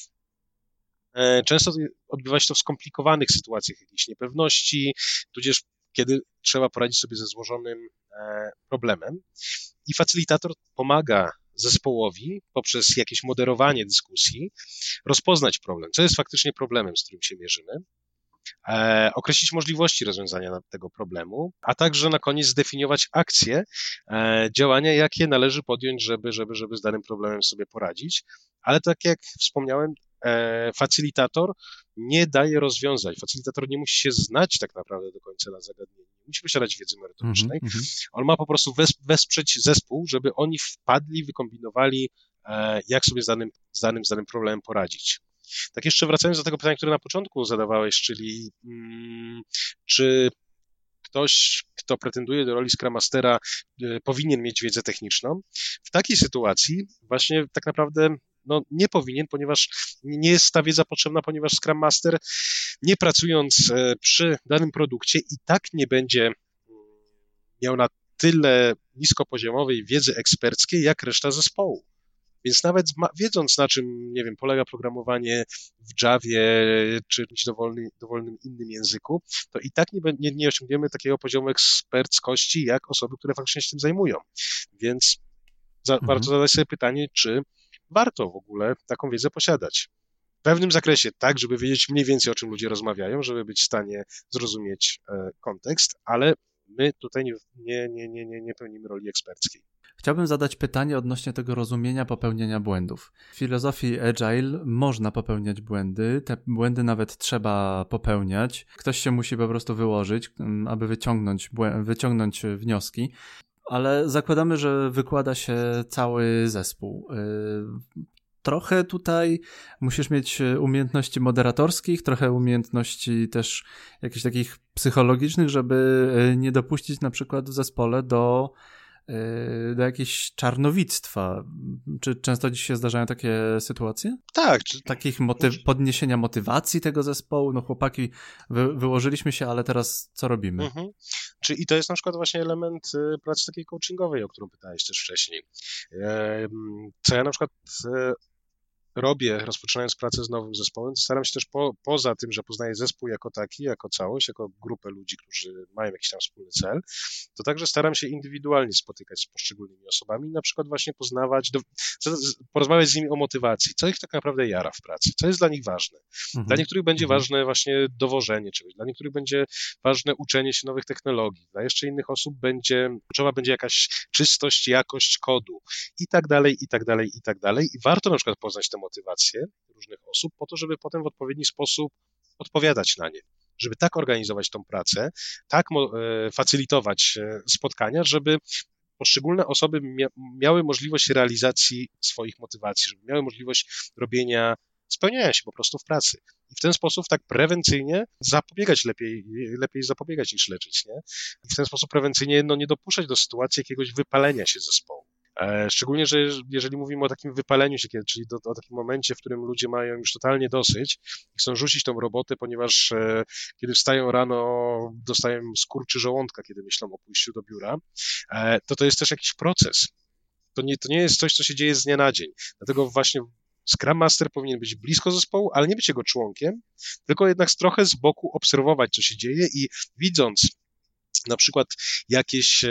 E, często odbywa się to w skomplikowanych sytuacjach jakiejś niepewności, tudzież kiedy trzeba poradzić sobie ze złożonym e, problemem. I facylitator pomaga zespołowi poprzez jakieś moderowanie dyskusji rozpoznać problem, co jest faktycznie problemem, z którym się mierzymy, e, określić możliwości rozwiązania tego problemu, a także na koniec zdefiniować akcje, e, działania, jakie należy podjąć, żeby, żeby, żeby z danym problemem sobie poradzić. Ale tak jak wspomniałem, e, facylitator nie daje rozwiązań. Facylitator nie musi się znać tak naprawdę do końca na zagadnienie, nie musi posiadać wiedzy merytorycznej. Mm-hmm. On ma po prostu wesprzeć zespół, żeby oni wpadli, wykombinowali, e, jak sobie z danym, z danym, z danym problemem poradzić. Tak jeszcze wracając do tego pytania, które na początku zadawałeś, czyli mm, czy ktoś, kto pretenduje do roli Scrum Mastera, y, powinien mieć wiedzę techniczną. W takiej sytuacji właśnie tak naprawdę no, nie powinien, ponieważ nie jest ta wiedza potrzebna, ponieważ Scrum Master, nie pracując przy danym produkcie, i tak nie będzie miał na tyle niskopoziomowej wiedzy eksperckiej, jak reszta zespołu. Więc nawet wiedząc, na czym, nie wiem, polega programowanie w Javie czy dowolny, dowolnym innym języku, to i tak nie, nie, nie osiągniemy takiego poziomu eksperckości, jak osoby, które faktycznie się tym zajmują. Więc za, mhm. warto zadać sobie pytanie, czy warto w ogóle taką wiedzę posiadać. W pewnym zakresie tak, żeby wiedzieć mniej więcej, o czym ludzie rozmawiają, żeby być w stanie zrozumieć e, kontekst, ale my tutaj nie, nie, nie, nie, nie pełnimy roli eksperckiej. Chciałbym zadać pytanie odnośnie tego rozumienia popełniania błędów. W filozofii Agile można popełniać błędy, te błędy nawet trzeba popełniać. Ktoś się musi po prostu wyłożyć, aby wyciągnąć, wyciągnąć wnioski, ale zakładamy, że wykłada się cały zespół. Trochę tutaj musisz mieć umiejętności moderatorskich, trochę umiejętności też jakichś takich psychologicznych, żeby nie dopuścić na przykład w zespole do do jakiegoś czarnowictwa. Czy często dziś się zdarzają takie sytuacje? Tak. Czy... Takich motyw- podniesienia motywacji tego zespołu. No chłopaki, wy- wyłożyliśmy się, ale teraz co robimy? Mhm. Czy i to jest na przykład właśnie element y, pracy takiej coachingowej, o którą pytałeś też wcześniej. E, co ja na przykład e, robię, rozpoczynając pracę z nowym zespołem, staram się też po, poza tym, że poznaję zespół jako taki, jako całość, jako grupę ludzi, którzy mają jakiś tam wspólny cel, to także staram się indywidualnie spotykać z poszczególnymi osobami i na przykład właśnie poznawać, do, porozmawiać z nimi o motywacji, co ich tak naprawdę jara w pracy, co jest dla nich ważne. Mhm. Dla niektórych będzie mhm. ważne właśnie dowożenie czegoś, dla niektórych będzie ważne uczenie się nowych technologii, dla jeszcze innych osób będzie, kluczowa będzie jakaś czystość, jakość kodu i tak dalej, i tak dalej, i tak dalej. I warto na przykład poznać te motywacje różnych osób po to, żeby potem w odpowiedni sposób odpowiadać na nie, żeby tak organizować tą pracę, tak facylitować spotkania, żeby poszczególne osoby mia- miały możliwość realizacji swoich motywacji, żeby miały możliwość robienia, spełniania się po prostu w pracy. I w ten sposób tak prewencyjnie zapobiegać lepiej, lepiej zapobiegać niż leczyć, nie? I w ten sposób prewencyjnie no, nie dopuszczać do sytuacji jakiegoś wypalenia się zespołu. Szczególnie, że jeżeli mówimy o takim wypaleniu się, czyli do, o takim momencie, w którym ludzie mają już totalnie dosyć i chcą rzucić tą robotę, ponieważ e, kiedy wstają rano, dostają skurczy żołądka, kiedy myślą o pójściu do biura, e, to to jest też jakiś proces. To nie, to nie jest coś, co się dzieje z dnia na dzień. Dlatego właśnie Scrum Master powinien być blisko zespołu, ale nie być jego członkiem, tylko jednak trochę z boku obserwować, co się dzieje i widząc na przykład jakieś,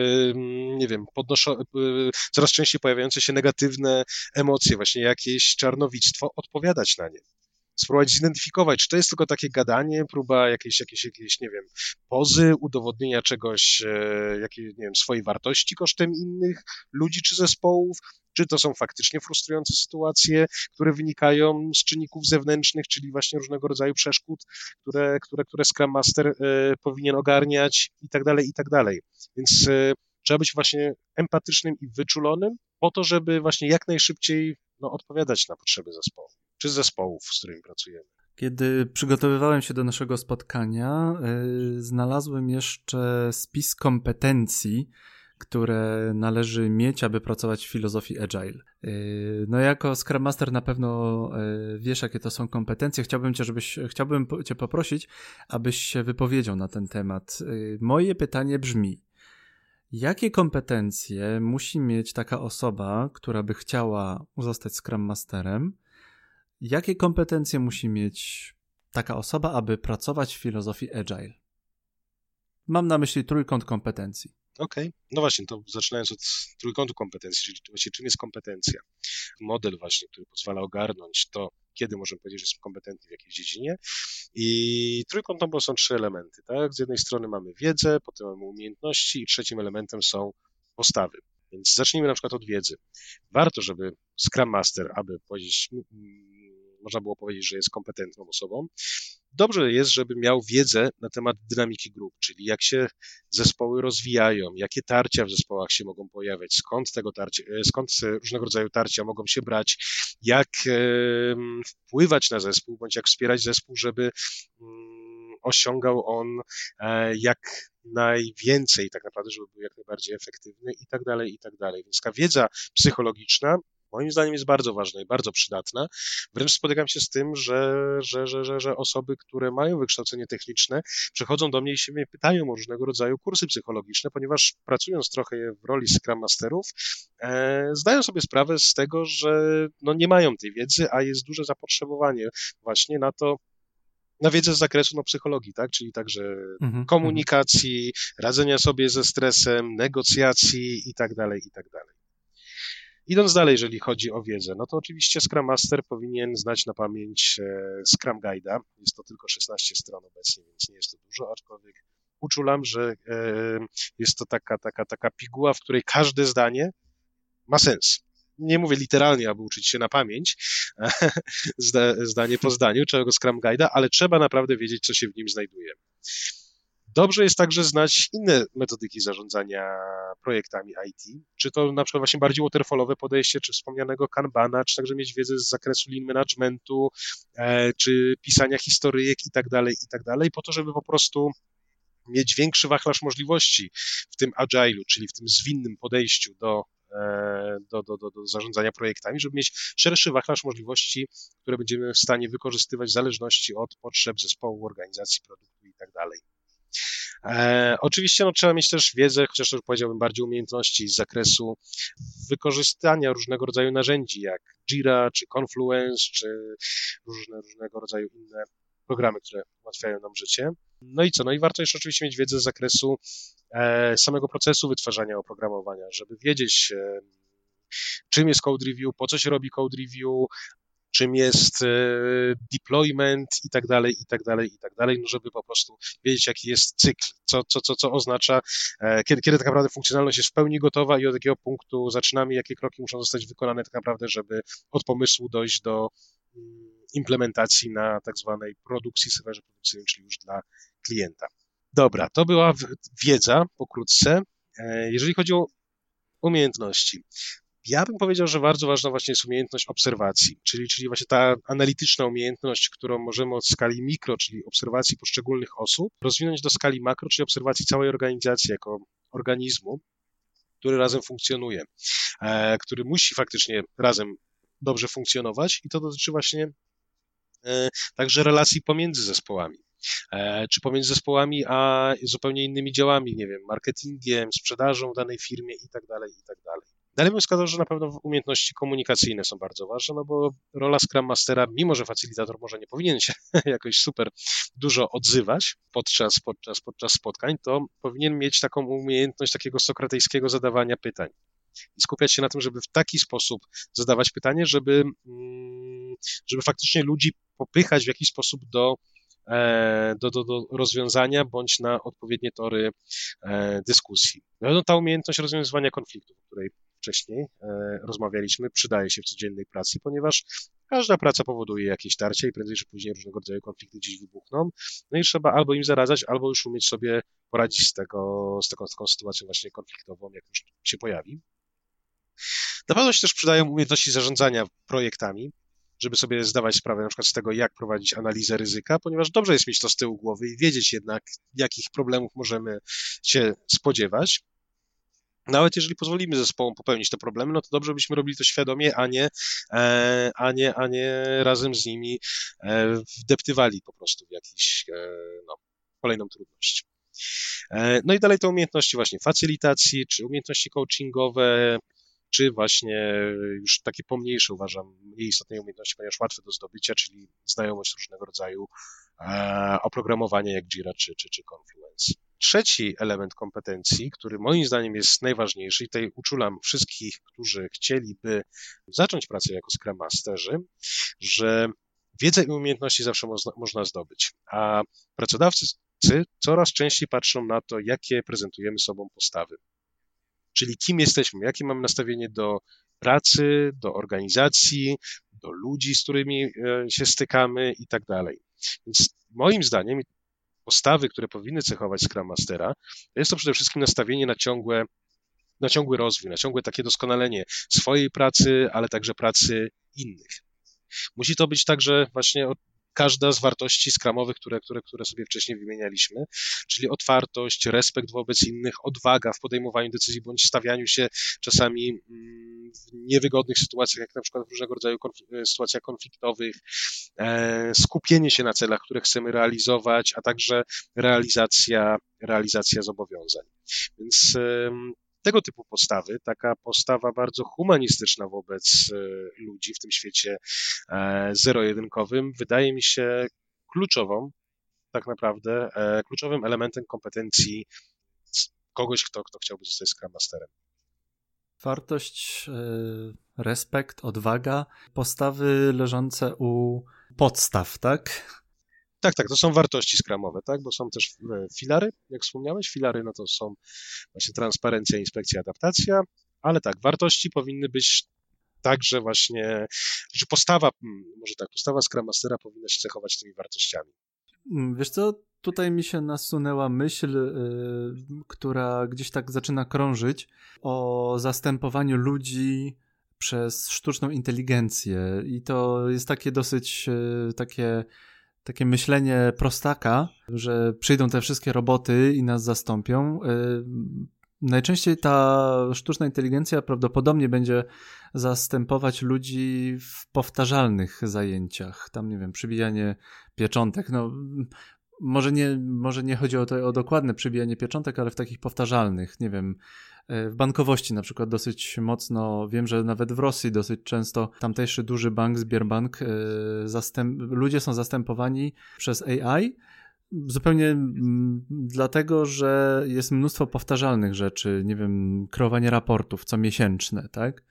nie wiem, podnoszone, coraz częściej pojawiające się negatywne emocje, właśnie jakieś czarnowictwo, odpowiadać na nie. Spróbować zidentyfikować, czy to jest tylko takie gadanie, próba jakiejś, jakiejś, jakiejś, nie wiem, pozy, udowodnienia czegoś, jakiej, nie wiem, swojej wartości kosztem innych ludzi czy zespołów, czy to są faktycznie frustrujące sytuacje, które wynikają z czynników zewnętrznych, czyli właśnie różnego rodzaju przeszkód, które, które, które Scrum Master e, powinien ogarniać i tak dalej, i tak dalej. Więc e, trzeba być właśnie empatycznym i wyczulonym po to, żeby właśnie jak najszybciej no, odpowiadać na potrzeby zespołu, czy zespołów, z którymi pracujemy. Kiedy przygotowywałem się do naszego spotkania, yy, znalazłem jeszcze spis kompetencji, które należy mieć, aby pracować w filozofii Agile. No jako Scrum Master na pewno wiesz, jakie to są kompetencje. Chciałbym cię, żebyś, chciałbym cię poprosić, abyś się wypowiedział na ten temat. Moje pytanie brzmi, jakie kompetencje musi mieć taka osoba, która by chciała zostać Scrum Masterem? Jakie kompetencje musi mieć taka osoba, aby pracować w filozofii Agile? Mam na myśli trójkąt kompetencji. Okej, okay. No właśnie, to zaczynając od trójkątu kompetencji, czyli właśnie czym jest kompetencja? Model właśnie, który pozwala ogarnąć to, kiedy możemy powiedzieć, że jesteśmy kompetentni w jakiejś dziedzinie. I trójkąt to są trzy elementy, tak? Z jednej strony mamy wiedzę, potem mamy umiejętności i trzecim elementem są postawy. Więc zacznijmy na przykład od wiedzy. Warto, żeby Scrum Master, aby powiedzieć, można było powiedzieć, że jest kompetentną osobą, dobrze jest, żeby miał wiedzę na temat dynamiki grup, czyli jak się zespoły rozwijają, jakie tarcia w zespołach się mogą pojawiać, skąd tego tarcia, skąd różnego rodzaju tarcia mogą się brać, jak wpływać na zespół, bądź jak wspierać zespół, żeby osiągał on jak najwięcej, tak naprawdę, żeby był jak najbardziej efektywny i tak dalej, i tak dalej. Więc ta wiedza psychologiczna moim zdaniem jest bardzo ważna i bardzo przydatna. Wręcz spotykam się z tym, że, że, że, że, że osoby, które mają wykształcenie techniczne, przychodzą do mnie i się mnie pytają o różnego rodzaju kursy psychologiczne, ponieważ pracując trochę w roli Scrum Masterów, e, zdają sobie sprawę z tego, że no nie mają tej wiedzy, a jest duże zapotrzebowanie właśnie na to, na wiedzę z zakresu no, psychologii, tak? Czyli także mm-hmm, komunikacji, radzenia sobie ze stresem, negocjacji i tak dalej, i tak dalej. Idąc dalej, jeżeli chodzi o wiedzę, no to oczywiście Scrum Master powinien znać na pamięć Scrum Guide'a. Jest to tylko szesnaście stron obecnie, więc nie jest to dużo, aczkolwiek uczulam, że jest to taka, taka, taka piguła, w której każde zdanie ma sens. Nie mówię literalnie, aby uczyć się na pamięć, zdanie po zdaniu całego Scrum Guide'a, ale trzeba naprawdę wiedzieć, co się w nim znajduje. Dobrze jest także znać inne metodyki zarządzania projektami I T, czy to na przykład właśnie bardziej waterfallowe podejście, czy wspomnianego Kanbana, czy także mieć wiedzę z zakresu lean managementu, e, czy pisania historyjek i tak dalej, i tak dalej, po to, żeby po prostu mieć większy wachlarz możliwości w tym agile'u, czyli w tym zwinnym podejściu do, e, do, do, do, do zarządzania projektami, żeby mieć szerszy wachlarz możliwości, które będziemy w stanie wykorzystywać w zależności od potrzeb zespołu, organizacji, produktu i tak dalej. E, oczywiście no, trzeba mieć też wiedzę, chociaż też powiedziałbym bardziej umiejętności z zakresu wykorzystania różnego rodzaju narzędzi, jak Jira, czy Confluence, czy różne, różnego rodzaju inne programy, które ułatwiają nam życie. No i co? No i warto jeszcze oczywiście mieć wiedzę z zakresu e, samego procesu wytwarzania oprogramowania, żeby wiedzieć, e, czym jest code review, po co się robi code review, czym jest deployment i tak dalej, i tak dalej, i tak dalej, no żeby po prostu wiedzieć, jaki jest cykl, co, co, co, co oznacza, kiedy, kiedy tak naprawdę funkcjonalność jest w pełni gotowa i od jakiego punktu zaczynamy, jakie kroki muszą zostać wykonane tak naprawdę, żeby od pomysłu dojść do implementacji na tak zwanej produkcji, serwerze produkcyjnym, czyli już dla klienta. Dobra, to była wiedza pokrótce. Jeżeli chodzi o umiejętności, ja bym powiedział, że bardzo ważna właśnie jest umiejętność obserwacji, czyli, czyli właśnie ta analityczna umiejętność, którą możemy od skali mikro, czyli obserwacji poszczególnych osób, rozwinąć do skali makro, czyli obserwacji całej organizacji jako organizmu, który razem funkcjonuje, e, który musi faktycznie razem dobrze funkcjonować i to dotyczy właśnie e, także relacji pomiędzy zespołami. Czy pomiędzy zespołami a zupełnie innymi działami, nie wiem, marketingiem, sprzedażą w danej firmie i tak dalej, i tak dalej. Dalej bym wskazał, że na pewno umiejętności komunikacyjne są bardzo ważne, no bo rola Scrum Mastera, mimo że facilitator może nie powinien się jakoś super dużo odzywać podczas, podczas, podczas spotkań, to powinien mieć taką umiejętność takiego sokratejskiego zadawania pytań i skupiać się na tym, żeby w taki sposób zadawać pytanie, żeby, żeby faktycznie ludzi popychać w jakiś sposób do Do, do, do rozwiązania bądź na odpowiednie tory e, dyskusji. No, ta umiejętność rozwiązywania konfliktów, o której wcześniej e, rozmawialiśmy, przydaje się w codziennej pracy, ponieważ każda praca powoduje jakieś tarcie i prędzej czy później różnego rodzaju konflikty gdzieś wybuchną, no i trzeba albo im zaradzać, albo już umieć sobie poradzić z, tego, z taką, z taką sytuacją właśnie konfliktową, jak już się pojawi. Na pewno się też przydają umiejętności zarządzania projektami, żeby sobie zdawać sprawę na przykład z tego, jak prowadzić analizę ryzyka, ponieważ dobrze jest mieć to z tyłu głowy i wiedzieć jednak, jakich problemów możemy się spodziewać. Nawet jeżeli pozwolimy zespołom popełnić te problemy, no to dobrze byśmy robili to świadomie, a nie, a nie, a nie razem z nimi wdeptywali po prostu w jakiś, no, kolejną trudność. No i dalej te umiejętności właśnie facylitacji, czy umiejętności coachingowe, czy właśnie już takie pomniejsze, uważam, mniej istotne umiejętności, ponieważ łatwe do zdobycia, czyli znajomość różnego rodzaju e, oprogramowania jak Jira czy, czy, czy Confluence. Trzeci element kompetencji, który moim zdaniem jest najważniejszy i tutaj uczulam wszystkich, którzy chcieliby zacząć pracę jako Scrum Masterzy, że wiedzę i umiejętności zawsze można, można zdobyć, a pracodawcy coraz częściej patrzą na to, jakie prezentujemy sobą postawy. Czyli kim jesteśmy, jakie mamy nastawienie do pracy, do organizacji, do ludzi, z którymi się stykamy i tak dalej. Więc moim zdaniem postawy, które powinny cechować Scrum Mastera, to jest to przede wszystkim nastawienie na ciągłe, na ciągły rozwój, na ciągłe takie doskonalenie swojej pracy, ale także pracy innych. Musi to być także właśnie każda z wartości skramowych, które, które, które sobie wcześniej wymienialiśmy, czyli otwartość, respekt wobec innych, odwaga w podejmowaniu decyzji bądź stawianiu się czasami w niewygodnych sytuacjach, jak na przykład w różnego rodzaju konflik- sytuacjach konfliktowych, e, skupienie się na celach, które chcemy realizować, a także realizacja, realizacja zobowiązań. Więc e, tego typu postawy, taka postawa bardzo humanistyczna wobec ludzi w tym świecie zero-jedynkowym, wydaje mi się kluczową, tak naprawdę, kluczowym elementem kompetencji kogoś, kto, kto chciałby zostać Scrum Masterem. Wartość, respekt, odwaga, postawy leżące u podstaw, tak? Tak, tak, to są wartości skramowe, tak, bo są też filary, jak wspomniałeś, filary no to są właśnie transparencja, inspekcja, adaptacja, ale tak, wartości powinny być także właśnie, że postawa, może tak, postawa Scrum Mastera powinna się cechować tymi wartościami. Wiesz co, tutaj mi się nasunęła myśl, yy, która gdzieś tak zaczyna krążyć o zastępowaniu ludzi przez sztuczną inteligencję i to jest takie dosyć yy, takie takie myślenie prostaka, że przyjdą te wszystkie roboty i nas zastąpią. Najczęściej ta sztuczna inteligencja prawdopodobnie będzie zastępować ludzi w powtarzalnych zajęciach. Tam, nie wiem, przybijanie pieczątek. No, może nie, może nie chodzi o to o dokładne przybijanie pieczątek, ale w takich powtarzalnych, nie wiem, w bankowości na przykład dosyć mocno, wiem, że nawet w Rosji dosyć często tamtejszy duży bank, Sberbank, zastęp, ludzie są zastępowani przez A I, zupełnie m, dlatego, że jest mnóstwo powtarzalnych rzeczy, nie wiem, kreowanie raportów comiesięczne, tak?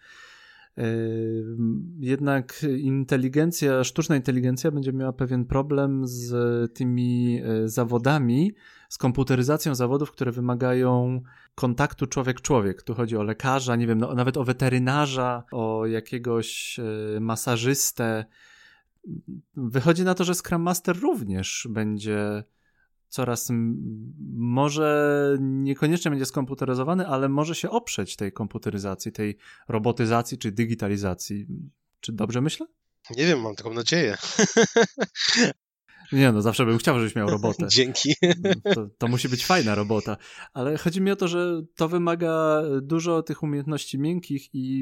Jednak inteligencja, sztuczna inteligencja będzie miała pewien problem z tymi zawodami, z komputeryzacją zawodów, które wymagają kontaktu człowiek-człowiek. Tu chodzi o lekarza, nie wiem, no, nawet o weterynarza, o jakiegoś masażystę. Wychodzi na to, że Scrum Master również będzie coraz, może niekoniecznie będzie skomputeryzowany, ale może się oprzeć tej komputeryzacji, tej robotyzacji czy digitalizacji. Czy dobrze myślę? Nie wiem, mam taką nadzieję. Nie no, zawsze bym chciał, żebyś miał robotę. Dzięki. To, to musi być fajna robota. Ale chodzi mi o to, że to wymaga dużo tych umiejętności miękkich i,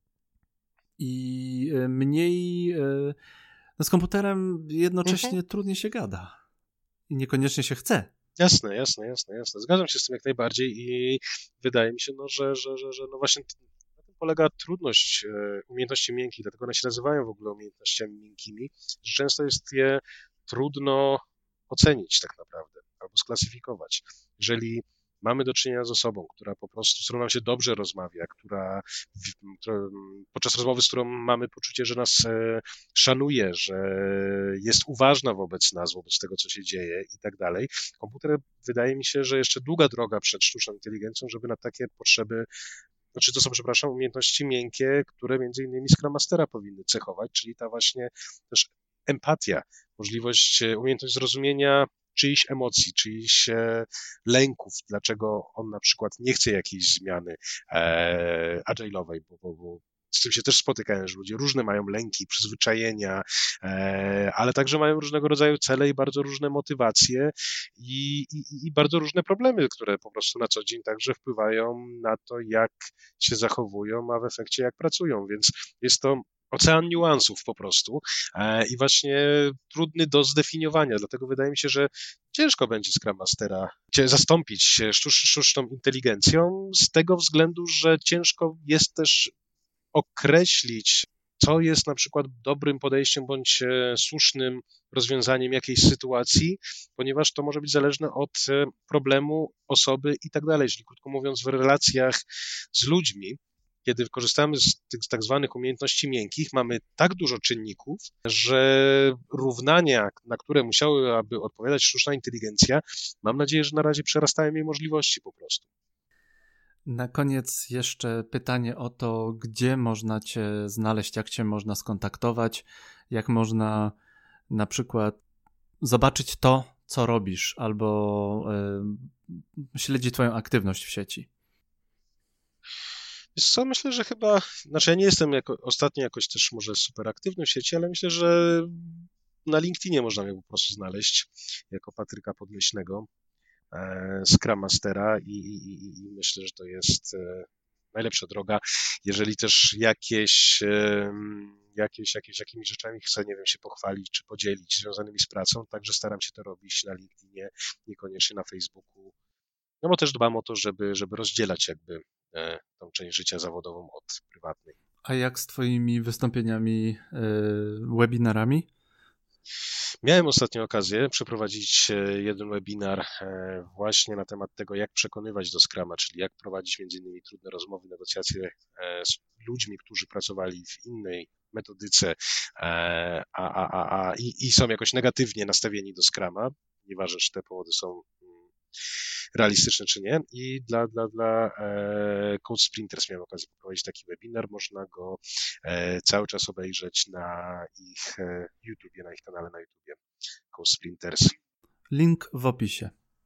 i mniej... No z komputerem jednocześnie mhm. trudniej się gada. I niekoniecznie się chce. Jasne, jasne, jasne, jasne. Zgadzam się z tym jak najbardziej i wydaje mi się, no, że, że, że, że no właśnie na tym polega trudność umiejętności miękkich, dlatego one się nazywają w ogóle umiejętnościami miękkimi, że często jest je trudno ocenić tak naprawdę, albo sklasyfikować. Jeżeli mamy do czynienia z osobą, która po prostu, z którą nam się dobrze rozmawia, która, która podczas rozmowy, z którą mamy poczucie, że nas szanuje, że jest uważna wobec nas, wobec tego, co się dzieje i tak dalej. Komputer, wydaje mi się, że jeszcze długa droga przed sztuczną inteligencją, żeby na takie potrzeby, znaczy to są, przepraszam, umiejętności miękkie, które między innymi Scrum Mastera powinny cechować, czyli ta właśnie też empatia, możliwość, umiejętność zrozumienia czyichś emocji, czyichś e, lęków, dlaczego on na przykład nie chce jakiejś zmiany e, agile'owej, bo, bo, bo z tym się też spotykają, że ludzie różne mają lęki, przyzwyczajenia, e, ale także mają różnego rodzaju cele i bardzo różne motywacje i, i, i bardzo różne problemy, które po prostu na co dzień także wpływają na to, jak się zachowują, a w efekcie jak pracują, więc jest to ocean niuansów po prostu e, i właśnie trudny do zdefiniowania, dlatego wydaje mi się, że ciężko będzie Scrum Mastera zastąpić sztucz, sztuczną inteligencją z tego względu, że ciężko jest też określić, co jest na przykład dobrym podejściem bądź słusznym rozwiązaniem jakiejś sytuacji, ponieważ to może być zależne od problemu, osoby i tak dalej. Czyli krótko mówiąc, w relacjach z ludźmi, kiedy korzystamy z tych tak zwanych umiejętności miękkich, mamy tak dużo czynników, że równania, na które musiałaby odpowiadać sztuczna inteligencja, mam nadzieję, że na razie przerastają jej możliwości po prostu. Na koniec jeszcze pytanie o to, gdzie można cię znaleźć, jak cię można skontaktować, jak można na przykład zobaczyć to, co robisz, albo y, śledzić twoją aktywność w sieci. Wiesz co, myślę, że chyba, znaczy ja nie jestem jako, ostatnio jakoś też może super aktywny w sieci, ale myślę, że na LinkedInie można mnie po prostu znaleźć jako Patryka Podleśnego, e, Scrum Mastera i, i, i myślę, że to jest e, najlepsza droga. Jeżeli też jakieś, e, jakieś, jakieś jakimiś rzeczami chcę, nie wiem, się pochwalić czy podzielić związanymi z pracą, także staram się to robić na LinkedInie, niekoniecznie na Facebooku, no bo też dbam o to, żeby, żeby rozdzielać jakby tą część życia zawodową od prywatnej. A jak z twoimi wystąpieniami, yy, webinarami? Miałem ostatnio okazję przeprowadzić jeden webinar właśnie na temat tego, jak przekonywać do Scruma, czyli jak prowadzić między innymi trudne rozmowy, negocjacje z ludźmi, którzy pracowali w innej metodyce a, a, a, a, i, i są jakoś negatywnie nastawieni do Scruma, nieważne, czy te powody są realistyczne czy nie. I dla, dla, dla e, Code Sprinters miałem okazję poprowadzić taki webinar. Można go e, cały czas obejrzeć na ich e, YouTubie, na ich kanale na YouTubie. Code Sprinters. Link w opisie.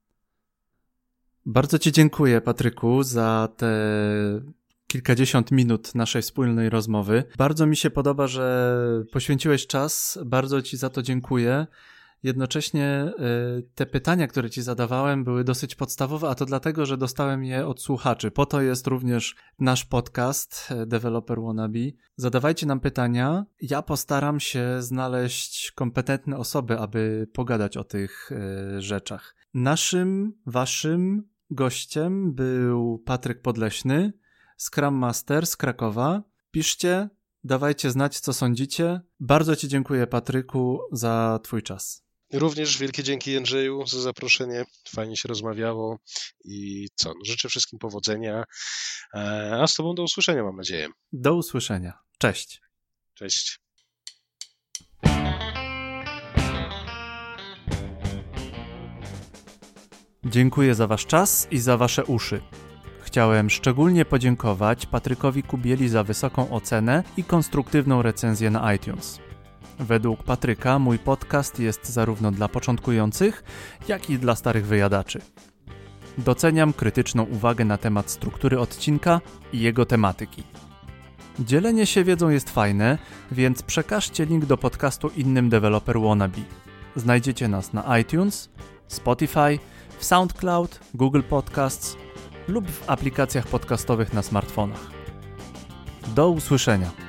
Bardzo ci dziękuję, Patryku, za te kilkadziesiąt minut naszej wspólnej rozmowy. Bardzo mi się podoba, że poświęciłeś czas. Bardzo ci za to dziękuję. Jednocześnie y, te pytania, które ci zadawałem, były dosyć podstawowe, a to dlatego, że dostałem je od słuchaczy. Po to jest również nasz podcast Developer Wannabe. Zadawajcie nam pytania. Ja postaram się znaleźć kompetentne osoby, aby pogadać o tych y, rzeczach. Naszym, waszym gościem był Patryk Podleśny, Scrum Master z Krakowa. Piszcie, dawajcie znać, co sądzicie. Bardzo ci dziękuję, Patryku, za twój czas. Również wielkie dzięki, Jędrzeju, za zaproszenie. Fajnie się rozmawiało i co, no, życzę wszystkim powodzenia, a z tobą do usłyszenia, mam nadzieję. Do usłyszenia. Cześć. Cześć. Dziękuję za wasz czas i za wasze uszy. Chciałem szczególnie podziękować Patrykowi Kubieli za wysoką ocenę i konstruktywną recenzję na iTunes. Według Patryka mój podcast jest zarówno dla początkujących, jak i dla starych wyjadaczy. Doceniam krytyczną uwagę na temat struktury odcinka i jego tematyki. Dzielenie się wiedzą jest fajne, więc przekażcie link do podcastu innym Developer Wannabe. Znajdziecie nas na iTunes, Spotify, w SoundCloud, Google Podcasts lub w aplikacjach podcastowych na smartfonach. Do usłyszenia.